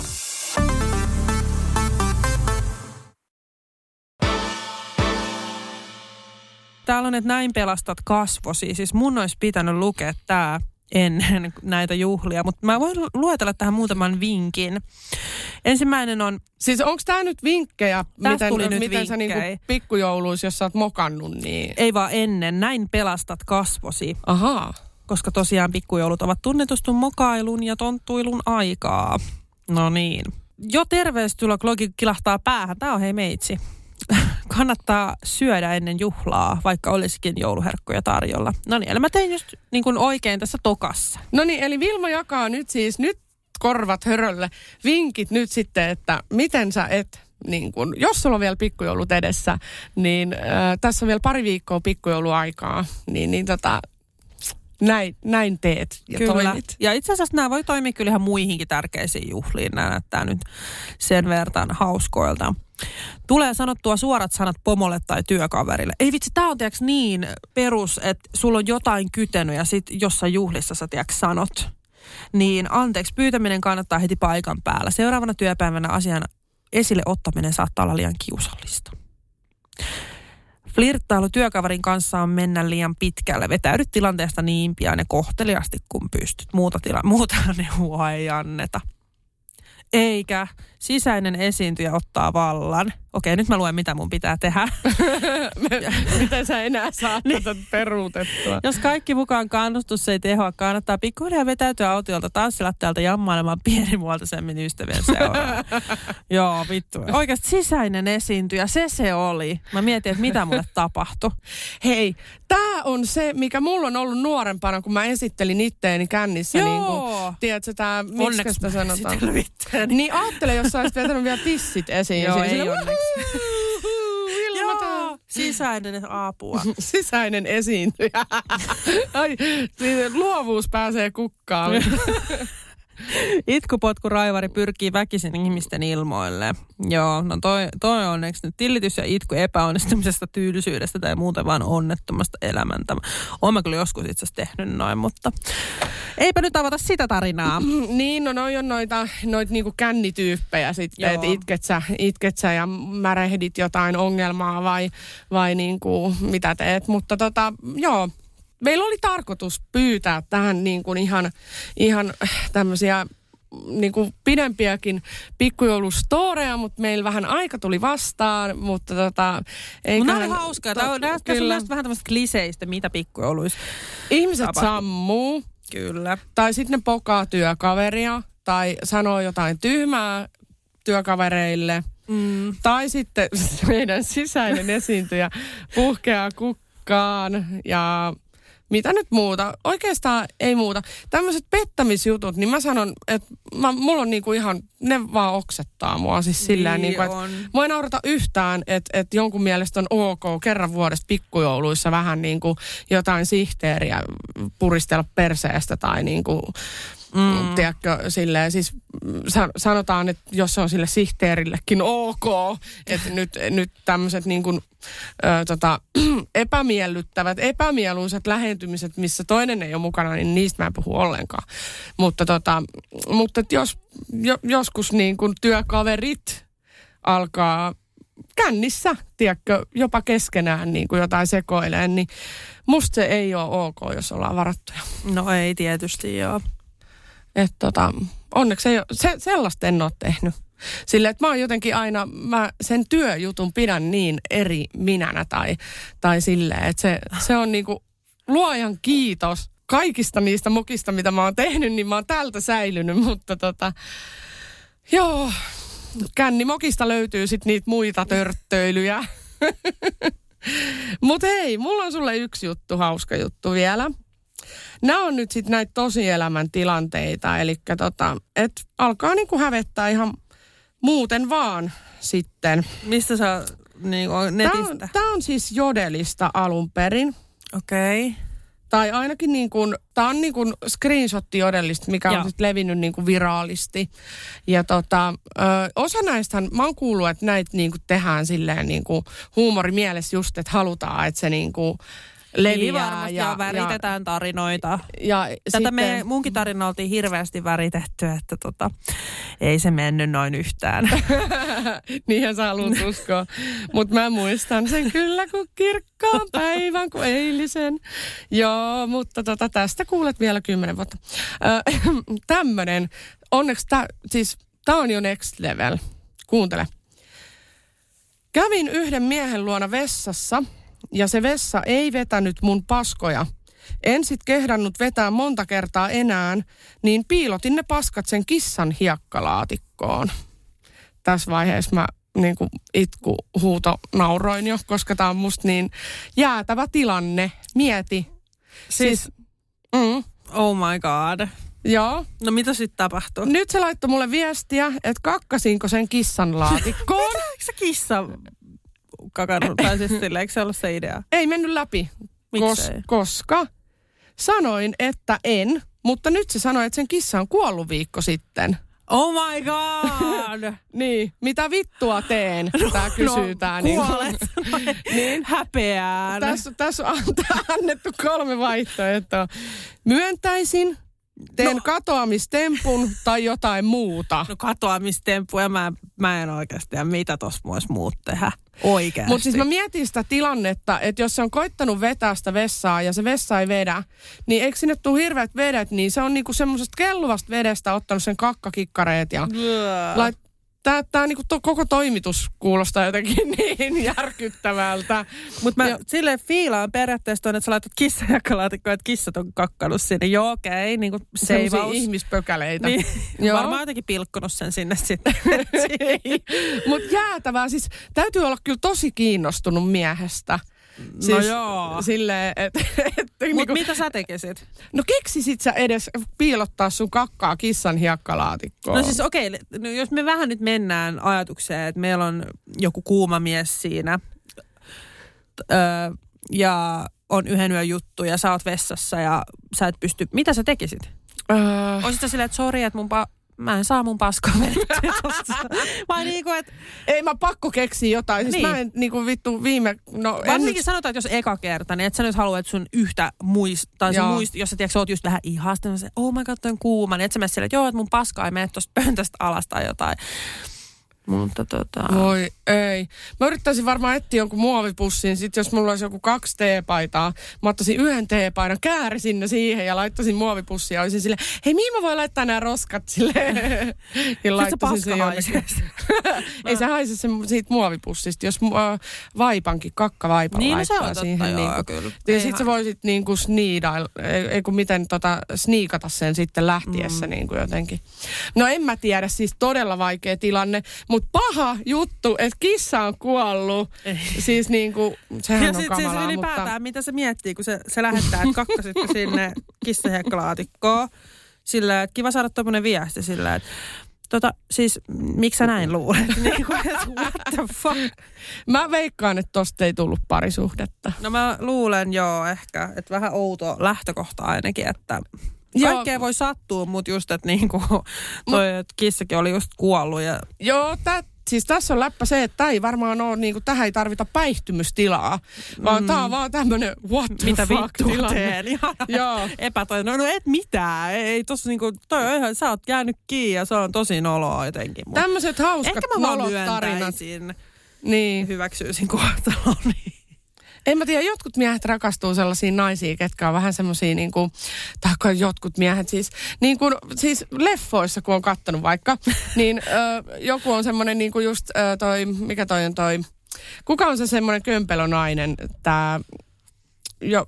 Täällä on, että näin pelastat kasvosi. Siis mun olisi pitänyt lukea tää ennen näitä juhlia, mutta mä voin luetella tähän muutaman vinkin. Ensimmäinen on... Siis onko tää nyt vinkkejä, miten, tuli nyt miten sä niinku pikkujouluissa, jos sä oot mokannut, niin... Ei vaan ennen, näin pelastat kasvosi. Ahaa. Koska tosiaan pikkujoulut ovat tunnetusti mokailun ja tonttuilun aikaa. No niin. Jo terveystuloklogi kilahtaa päähän. Tää on hei meitsi. Kannattaa syödä ennen juhlaa, vaikka olisikin jouluherkkuja tarjolla. No niin, eli mä tein just niin kuin oikein tässä tokassa. No niin, eli Vilma jakaa nyt siis, nyt korvat hörölle, vinkit nyt sitten, että miten sä et, niin kun, jos sulla on vielä pikkujoulut edessä, niin äh, tässä on vielä pari viikkoa pikkujouluaikaa, niin, niin tota... Näin, näin teet ja kyllä. toimit. Ja itse asiassa nämä voi toimia kyllä ihan muihinkin tärkeisiin juhliin. Nämä näyttää nyt sen verran hauskoilta. Tulee sanottua suorat sanat pomolle tai työkaverille. Ei vitsi, tää on tiiäks niin perus, että sulla on jotain kytenyt ja sit jossain juhlissa sä tiiäks sanot. Niin anteeksi pyytäminen kannattaa heti paikan päällä. Seuraavana työpäivänä asian esille ottaminen saattaa olla liian kiusallista. Flirttailu työkaverin kanssa on mennä liian pitkälle. Vetäydy tilanteesta niin pian ja kohteliasti kun pystyt. Muuta, tila- muuta neuvoa ei anneta. Eikä sisäinen esiintyjä ottaa vallan. Okei, nyt mä luen, mitä mun pitää tehdä. Miten sä enää saat niin. tätä peruutettua? Jos kaikki mukaan kannustus ei tehoa, kannattaa pikkuhiljaa vetäytyä autiolta tanssilattialta jammailemaan pienimuotoisemmin ystävien seuraa. Joo, vittu. Oikeasti sisäinen esiintyjä, se se oli. Mä mietin, että mitä mulle tapahtui. Hei, tää on se, mikä mulla on ollut nuorempana, kun mä esittelin itteeni kännissä. Joo. Niin kuin, tiedätkö tää, miksi sitä sanotaan? Itteeni. Niin ajattele, jos sä olisit vetänyt vielä tissit esiin. Joo, ja ei sillä, onneksi. Joo, sisäinen apua. Sisäinen esiintyjä. Ai, luovuus pääsee kukkaan. Itkupotkuraivari pyrkii väkisin ihmisten ilmoille. Joo, no toi, toi onneksi nyt tillitys ja itku epäonnistumisesta, tyylisyydestä tai muuten vaan onnettomasta elämäntavaa. Oon mä kyllä joskus itse asiassa tehnyt noin, mutta eipä nyt avata sitä tarinaa. Niin, no noi on noita, noita niinku kännityyppejä sitten, että itket sä, itket sä ja märehdit jotain ongelmaa vai, vai niinku mitä teet. Mutta tota, joo. Meillä oli tarkoitus pyytää tähän niin kuin ihan, ihan tämmöisiä niin kuin pidempiäkin pikkujoulustoreja, mutta meillä vähän aika tuli vastaan, mutta tota... Mutta nämä oli hauskaa. Tämä on, kyllä. on vähän tämmöistä kliseistä, mitä pikkujouluissa ihmiset tapahtuu. Sammuu. Kyllä. Tai sitten ne pokaa työkaveria, tai sanoo jotain tyhmää työkavereille. Mm. Tai sitten meidän sisäinen esiintyjä puhkeaa kukkaan ja... Mitä nyt muuta? Oikeastaan ei muuta. Tämmöiset pettämisjutut, niin mä sanon, että mä, mulla on niinku ihan, ne vaan oksettaa mua siis sillä niin niinku, että mua ei naurata yhtään, että, että jonkun mielestä on ok kerran vuodesta pikkujouluissa vähän niinku jotain sihteeriä puristella perseestä tai niinku, mm. tiedätkö, silleen, siis sanotaan, että jos se on sille sihteerillekin ok, että nyt, nyt tämmöiset niin kuin, ö, tota, epämiellyttävät, epämieluiset lähentymiset, missä toinen ei ole mukana, niin niistä mä en puhu ollenkaan. Mutta, tota, mutta jos jo, joskus niin kuin työkaverit alkaa kännissä, tiedätkö, jopa keskenään niin kuin jotain sekoilee, niin musta se ei ole ok, jos ollaan varattuja. No ei tietysti, joo. Että tota, onneksi ei ole, se, sellaista en ole tehnyt. Sillä, että mä oon jotenkin aina, mä sen työjutun pidän niin eri minänä tai, tai silleen, että se, se on niinku luojan kiitos kaikista niistä mokista, mitä mä oon tehnyt, niin mä oon tältä säilynyt, mutta tota, joo, kännimokista löytyy sit niitä muita törttöilyjä. Mut hei, mulla on sulle yksi juttu, hauska juttu vielä. Nämä on nyt sitten näitä tosielämän tilanteita, eli tota, että alkaa niinku hävettää ihan muuten vaan sitten. Mistä sä, niin netistä? Tämä on, tää on siis Jodelista alun perin. Okei. Okay. Tai ainakin niin kuin, tää on niin kuin screenshotti todellista, mikä on sitten levinnyt niin kuin viraalisti. Ja tota, ö, osa näistähän, mä oon kuullut, että näitä niin kuin tehdään silleen niin kuin huumorimielessä just, että halutaan, että se niin kuin leviää. Niin varmasti, ja, ja väritetään ja, tarinoita. Ja Tätä sitten, me munkin tarina oltiin hirveästi väritetty, että tota, ei se mennyt noin yhtään. Niinhän sä haluat uskoa. Mutta mä muistan sen kyllä kuin kirkkaan päivän kuin eilisen. Joo, mutta tota, tästä kuulet vielä kymmenen vuotta. Ö, tämmönen, onneksi tää, siis tää on jo next level. Kuuntele. Kävin yhden miehen luona vessassa. Ja se vessa ei vetänyt mun paskoja. En sit kehdannut vetää monta kertaa enää, niin piilotin ne paskat sen kissan hiekkalaatikkoon. Tässä vaiheessa mä niin kuin itku huuto nauroin jo, koska tää on musta niin jäätävä tilanne. Mieti. Siis, siis mm. oh my god. Joo. No mitä sitten tapahtui? Nyt se laittoi mulle viestiä, että kakkasinko sen kissan laatikkoon. Mitä? Eikö se kissa kakannut? Tai siis silleen, eikö se ollut se idea? Ei mennyt läpi. Kos, koska sanoin, että en, mutta nyt se sanoi, että sen kissa on kuollut viikko sitten. Oh my god! Niin, mitä vittua teen? No, tää kysytään. No, kuolet. Niin, niin. Häpeään. Tässä, tässä on annettu kolme vaihtoehtoa. Myöntäisin, teen no. katoamistempun tai jotain muuta. No katoamistemppu ja mä, mä en oikeasti tiedä, mitä tossa voisi muut tehdä. Oikeasti. Mutta siis mä mietin sitä tilannetta, että jos se on koittanut vetää sitä vessaa ja se vessa ei vedä, niin eikö sinne tule hirveät vedet, niin se on niinku semmoisesta kelluvasta vedestä ottanut sen kakkakikkareet ja lait, tää, tää niinku to, koko toimitus kuulostaa jotenkin niin järkyttävältä. Mutta mä ja, silleen fiilaan periaatteessa ton, että sä laitat kissajakkalaatikkoon, että kissat on kakkanut sinne. Joo, okei, okay, niinku seivaus. Ihmispökäleitä. Niin, varmaan jotenkin pilkkonut sen sinne sitten. Mutta jäätävää, siis täytyy olla kyllä tosi kiinnostunut miehestä. Siis no joo. Silleen, että... Et, Mutta niinku, mitä sä tekisit? No keksisit sä edes piilottaa sun kakkaa kissan hiekkalaatikkoon? No siis okei, okay, no jos me vähän nyt mennään ajatukseen, että meillä on joku kuuma mies siinä öö, ja on yhden yön juttu ja sä oot vessassa ja sä et pysty... Mitä sä tekisit? Öö... Oisit sä silleen, että sori, että mun... Pa- Mä en saa mun paskaa vedettyä tosta. Vai niinku, että... Ei mä pakko keksiä jotain. Siis niin. Mä en niinku vittu viime... No, varsinkin nyt... sanotaan, että jos eka kerta, niin et sä nyt halua, että sun yhtä muist... Tai sun muist, jos sä tiedätkö, sä oot just vähän ihastunut, se, oh my god, toi on kuuma. Niin et sä mene sille, että joo, että mun paska ei mene tosta pöntöstä alas tai jotain. Mutta tota... Voi ei. Mä yrittäisin varmaan etsiä jonkun muovipussin. Sitten jos mulla olisi joku kaksi teepaitaa, mä ottaisin yhden teepaidan, käärisin ne siihen ja laittaisin muovipussia. Ja olisin silleen, hei mihin mä voin laittaa nämä roskat silleen. Ja laittaisin sen jonnekin. Ei se haise sen siitä muovipussista. Jos äh, vaipankin, kakkavaipan niin, laittaa no se on siihen. Totta, niin joo, kyllä. Ja sit sä voisit niinku sniidailla, ei, ei kun miten tota, sniikata sen sitten lähtiessä mm. niinku jotenkin. No en mä tiedä, siis todella vaikea tilanne. Mutta paha juttu, että kissa on kuollut. Ei. Siis niinku, sehän ja on sit kamalaa. Ja siis ylipäätään, mutta... mitä se miettii, kun se, se lähettää, että kakkasitko sinne kissahiekkalaatikkoon. Sillä, että kiva saada tommonen viesti sillä, että tota, siis miksi sä näin luulet? Niin kuin, että what the fuck? Mä veikkaan, että tosta ei tullut parisuhdetta. No mä luulen joo ehkä, että vähän outo lähtökohta ainakin, että... Kaikkea voi sattua, mutta just, että niinku toi Mut, kissakin oli just kuollut. Ja... Joo, tää, siis tässä on läppä se, että tää ei varmaan ole, niinku, tähän ei tarvita päihtymystilaa, vaan mm. tää on vaan tämmönen what the mitä fuck vittua teen. Joo. Epätoinen. No, no et mitään. Ei, ei tossa niinku, toi on ihan, sä oot jäänyt kiinni ja se on tosi noloa jotenkin. Mut tämmöiset hauskat ehkä mä nolot tarinat. Niin. Hyväksyisin kohtaloni. En mä tiedä, jotkut miehet rakastuu sellaisiin naisiin, ketkä on vähän semmosia niinku, tai jotkut miehet siis, niin kuin, siis leffoissa, kun on kattonut vaikka, niin ö, joku on semmoinen niinku just ö, toi, mikä toi on toi, kuka on se semmoinen kömpelönainen, tää, jo...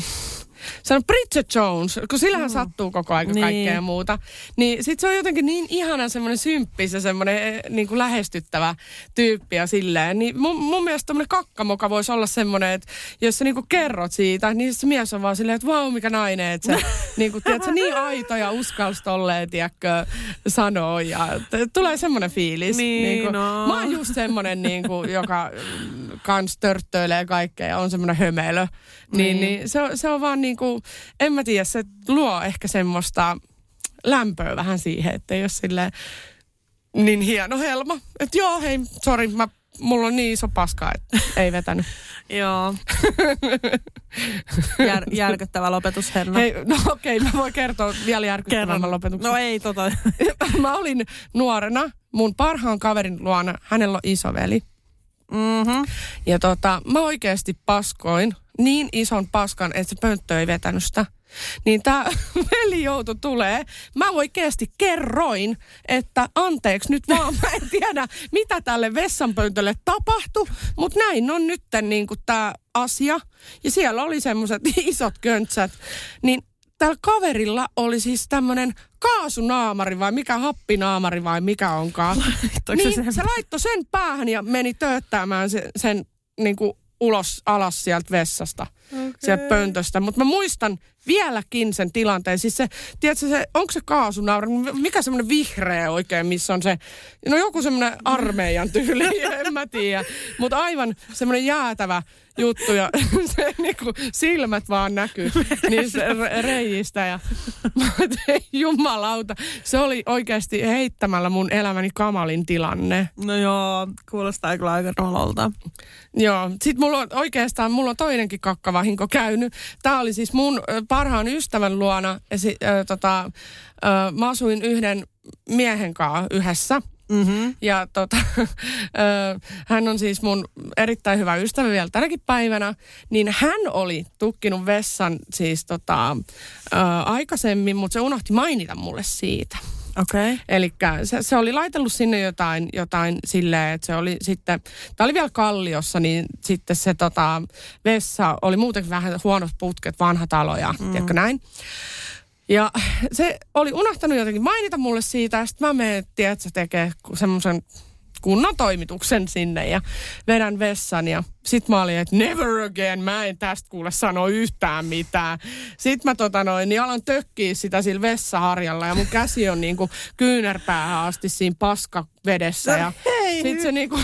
Se on Bridget Jones, kun sillähän mm. sattuu koko ajan niin. Kaikkea muuta. Niin sit se on jotenkin niin ihana semmoinen symppis ja semmoinen niin kuin lähestyttävä tyyppi ja silleen. Niin mun, mun mielestä tommoinen kakkamoka voisi olla semmoinen, että jos sä niin kuin kerrot siitä, niin se mies on vaan silleen, että vau, mikä nainen. Että se niin kuin, tiedät, se niin aito ja uskalsi tolleen, tiedätkö, sanoo. Ja t- tulee semmoinen fiilis. Niin, niin kuin, no. Mä oon just semmoinen, niin kuin, joka kans törttöilee kaikkea ja on semmoinen hömelö. Niin, niin. niin se, on, se on vaan niinku, en mä tiedä, se luo ehkä semmoista lämpöä vähän siihen, että ei ole silleen niin hieno helma. Että joo, hei, sori, mä, mulla on niin iso paska, että ei vetänyt. Joo. Jär, järkyttävä lopetus, Henna. Hei, no okei, okay, mä voin kertoa vielä järkyttävämmän lopetuksen. No ei tota. Mä olin nuorena mun parhaan kaverin luona, hänellä on isoveli. Mm-hmm. Ja tota, mä oikeasti paskoin niin ison paskan, että se pönttö ei vetänyt sitä. Niin tää veli joutui tulee. Mä oikeasti kerroin, että anteeksi nyt vaan, mä en tiedä mitä tälle vessanpöntölle tapahtui, mutta näin on nyt niinku tää asia. Ja siellä oli semmoiset isot köntsät. Niin tällä kaverilla oli siis tämmönen kaasunaamari vai mikä happinaamari vai mikä onkaan. Niin se, se laittoi sen päähän ja meni tööttämään sen, sen niinku ulos alas sieltä vessasta, okay. sieltä pöntöstä. Mutta mä muistan vieläkin sen tilanteen. Siis se, tiedätkö se, onko se kaasunaamari, mikä semmoinen vihreä oikein, missä on se, no joku semmoinen armeijan tyyli, en mä tiedä. Mutta aivan semmoinen jäätävä juttu ja se niinku silmät vaan näkyy niistä reijistä ja mä tein, jumalauta. Se oli oikeasti heittämällä mun elämäni kamalin tilanne. No joo, kuulostaa kyllä aika nololta. Joo, sit mulla on oikeastaan, mulla on toinenkin kakkavahinko käynyt. Tää oli siis mun parhaan ystävän luona ja si, äh, tota, äh, mä asuin yhden miehen kanssa yhdessä. Mm-hmm. Ja tota, äh, hän on siis mun erittäin hyvä ystävä vielä tänäkin päivänä, niin hän oli tukkinut vessan siis tota, äh, aikaisemmin, mutta se unohti mainita mulle siitä. Okei. Okay. Elikkä se, se oli laitellut sinne jotain, jotain silleen, että se oli sitten, tää oli vielä kalliossa, niin sitten se tota, vessa oli muutenkin vähän huonot putket, vanha talo ja mm. tiedätkö näin. Ja se oli unohtanut jotenkin mainita mulle siitä, ja sitten mä menen, tiedätkö, tekee semmoisen kunnon toimituksen sinne ja vedän vessan ja sit mä olin, että never again, mä en tästä kuule sano yhtään mitään. Sit mä tota noin, niin alan tökkiä sitä sillä vessaharjalla ja mun käsi on niinku kyynärpäähän asti siinä paskavedessä ja hei, sit se niinku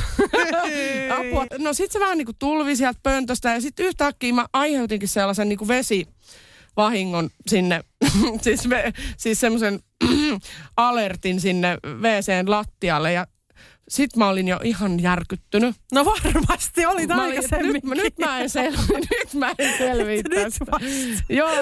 apua. No sit se vähän niinku tulvi sieltä pöntöstä ja sit yhtäkkiä mä aiheutinkin sellaisen niinku vesivahingon sinne, siis, ve, siis semmoisen alertin sinne W C:n lattialle ja sitten mä olin jo ihan järkyttynyt. No varmasti, olit aikaisemmin. Nyt, nyt mä en selviä, nyt mä en selviä tästä. Joo.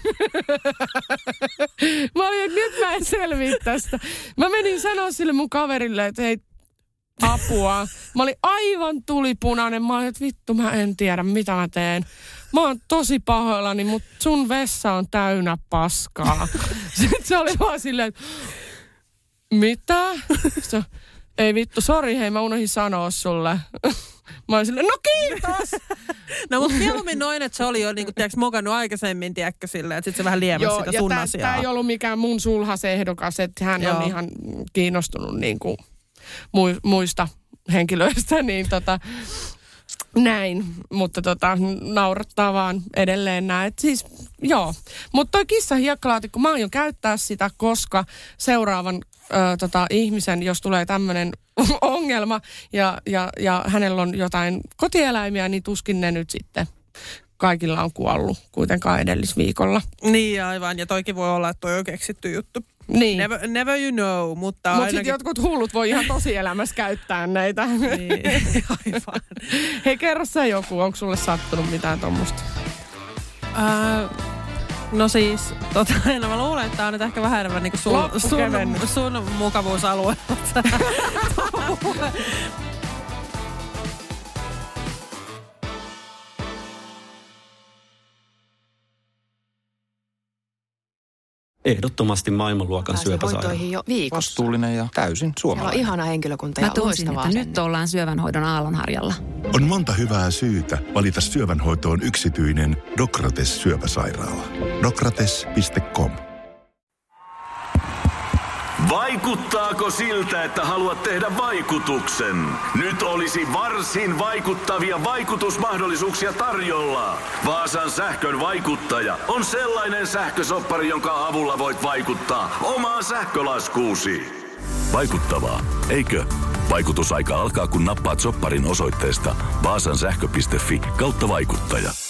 Mä olin, että nyt mä en selviä tästä. Mä menin sanoa sille mun kaverille, että hei, apua. Mä olin aivan tulipunainen. Mä olin, että vittu mä en tiedä, mitä mä teen. Mä oon tosi pahoillani, mutta sun vessa on täynnä paskaa. Sitten se oli vaan silleen, että mitä? Se, ei vittu, sori hei, mä unohdin sanoa sulle. Mä olin silleen, no kiitos! No mutta mieluummin noin, että se oli jo niinku, tiedätkö, mokannut aikaisemmin, tiedätkö, silleen, että sit se vähän liemäsi sitä sun tää, asiaa. Joo, ja tää ei ollut mikään mun sulhasehdokas, että hän Joo. on ihan kiinnostunut niinku muista henkilöistä, niin tota, näin. Mutta tota, naurattaa vaan edelleen näin. Siis, joo. Mutta toi kissa hiekkalaatikko, mä aion käyttää sitä, koska seuraavan Ö, tota, ihmisen, jos tulee tämmöinen ongelma ja, ja, ja hänellä on jotain kotieläimiä, niin tuskin ne nyt sitten kaikilla on kuollut kuitenkaan edellisviikolla. Niin aivan, ja toikin voi olla, että toi on keksitty juttu. Niin. Never, never you know, mutta Mut ainakin... sitten jotkut hullut voi ihan tosielämässä käyttää näitä. Niin, aivan. Hei, kerro sä joku, onko sulle sattunut mitään tommoista? Äh... No siis, tota, no mä luulen, että tää on nyt ehkä vähän enemmän niinku sun, sun, sun mukavuusalue. Ehdottomasti maailmanluokan syöpäsairaala. Jo viikossa. Vastuullinen ja täysin suomalainen. Siellä on ihana henkilökunta ja Mä tunsin, että nyt ollaan syövänhoidon aallonharjalla. On monta hyvää syytä valita syövänhoitoon yksityinen Docrates syöpäsairaala. Docrates piste com. Vaikuttaako siltä, että haluat tehdä vaikutuksen? Nyt olisi varsin vaikuttavia vaikutusmahdollisuuksia tarjolla. Vaasan sähkön vaikuttaja on sellainen sähkösoppari, jonka avulla voit vaikuttaa omaan sähkölaskuusi. Vaikuttavaa, eikö? Vaikutusaika alkaa, kun nappaat sopparin osoitteesta vaasansähkö piste fi kautta vaikuttaja.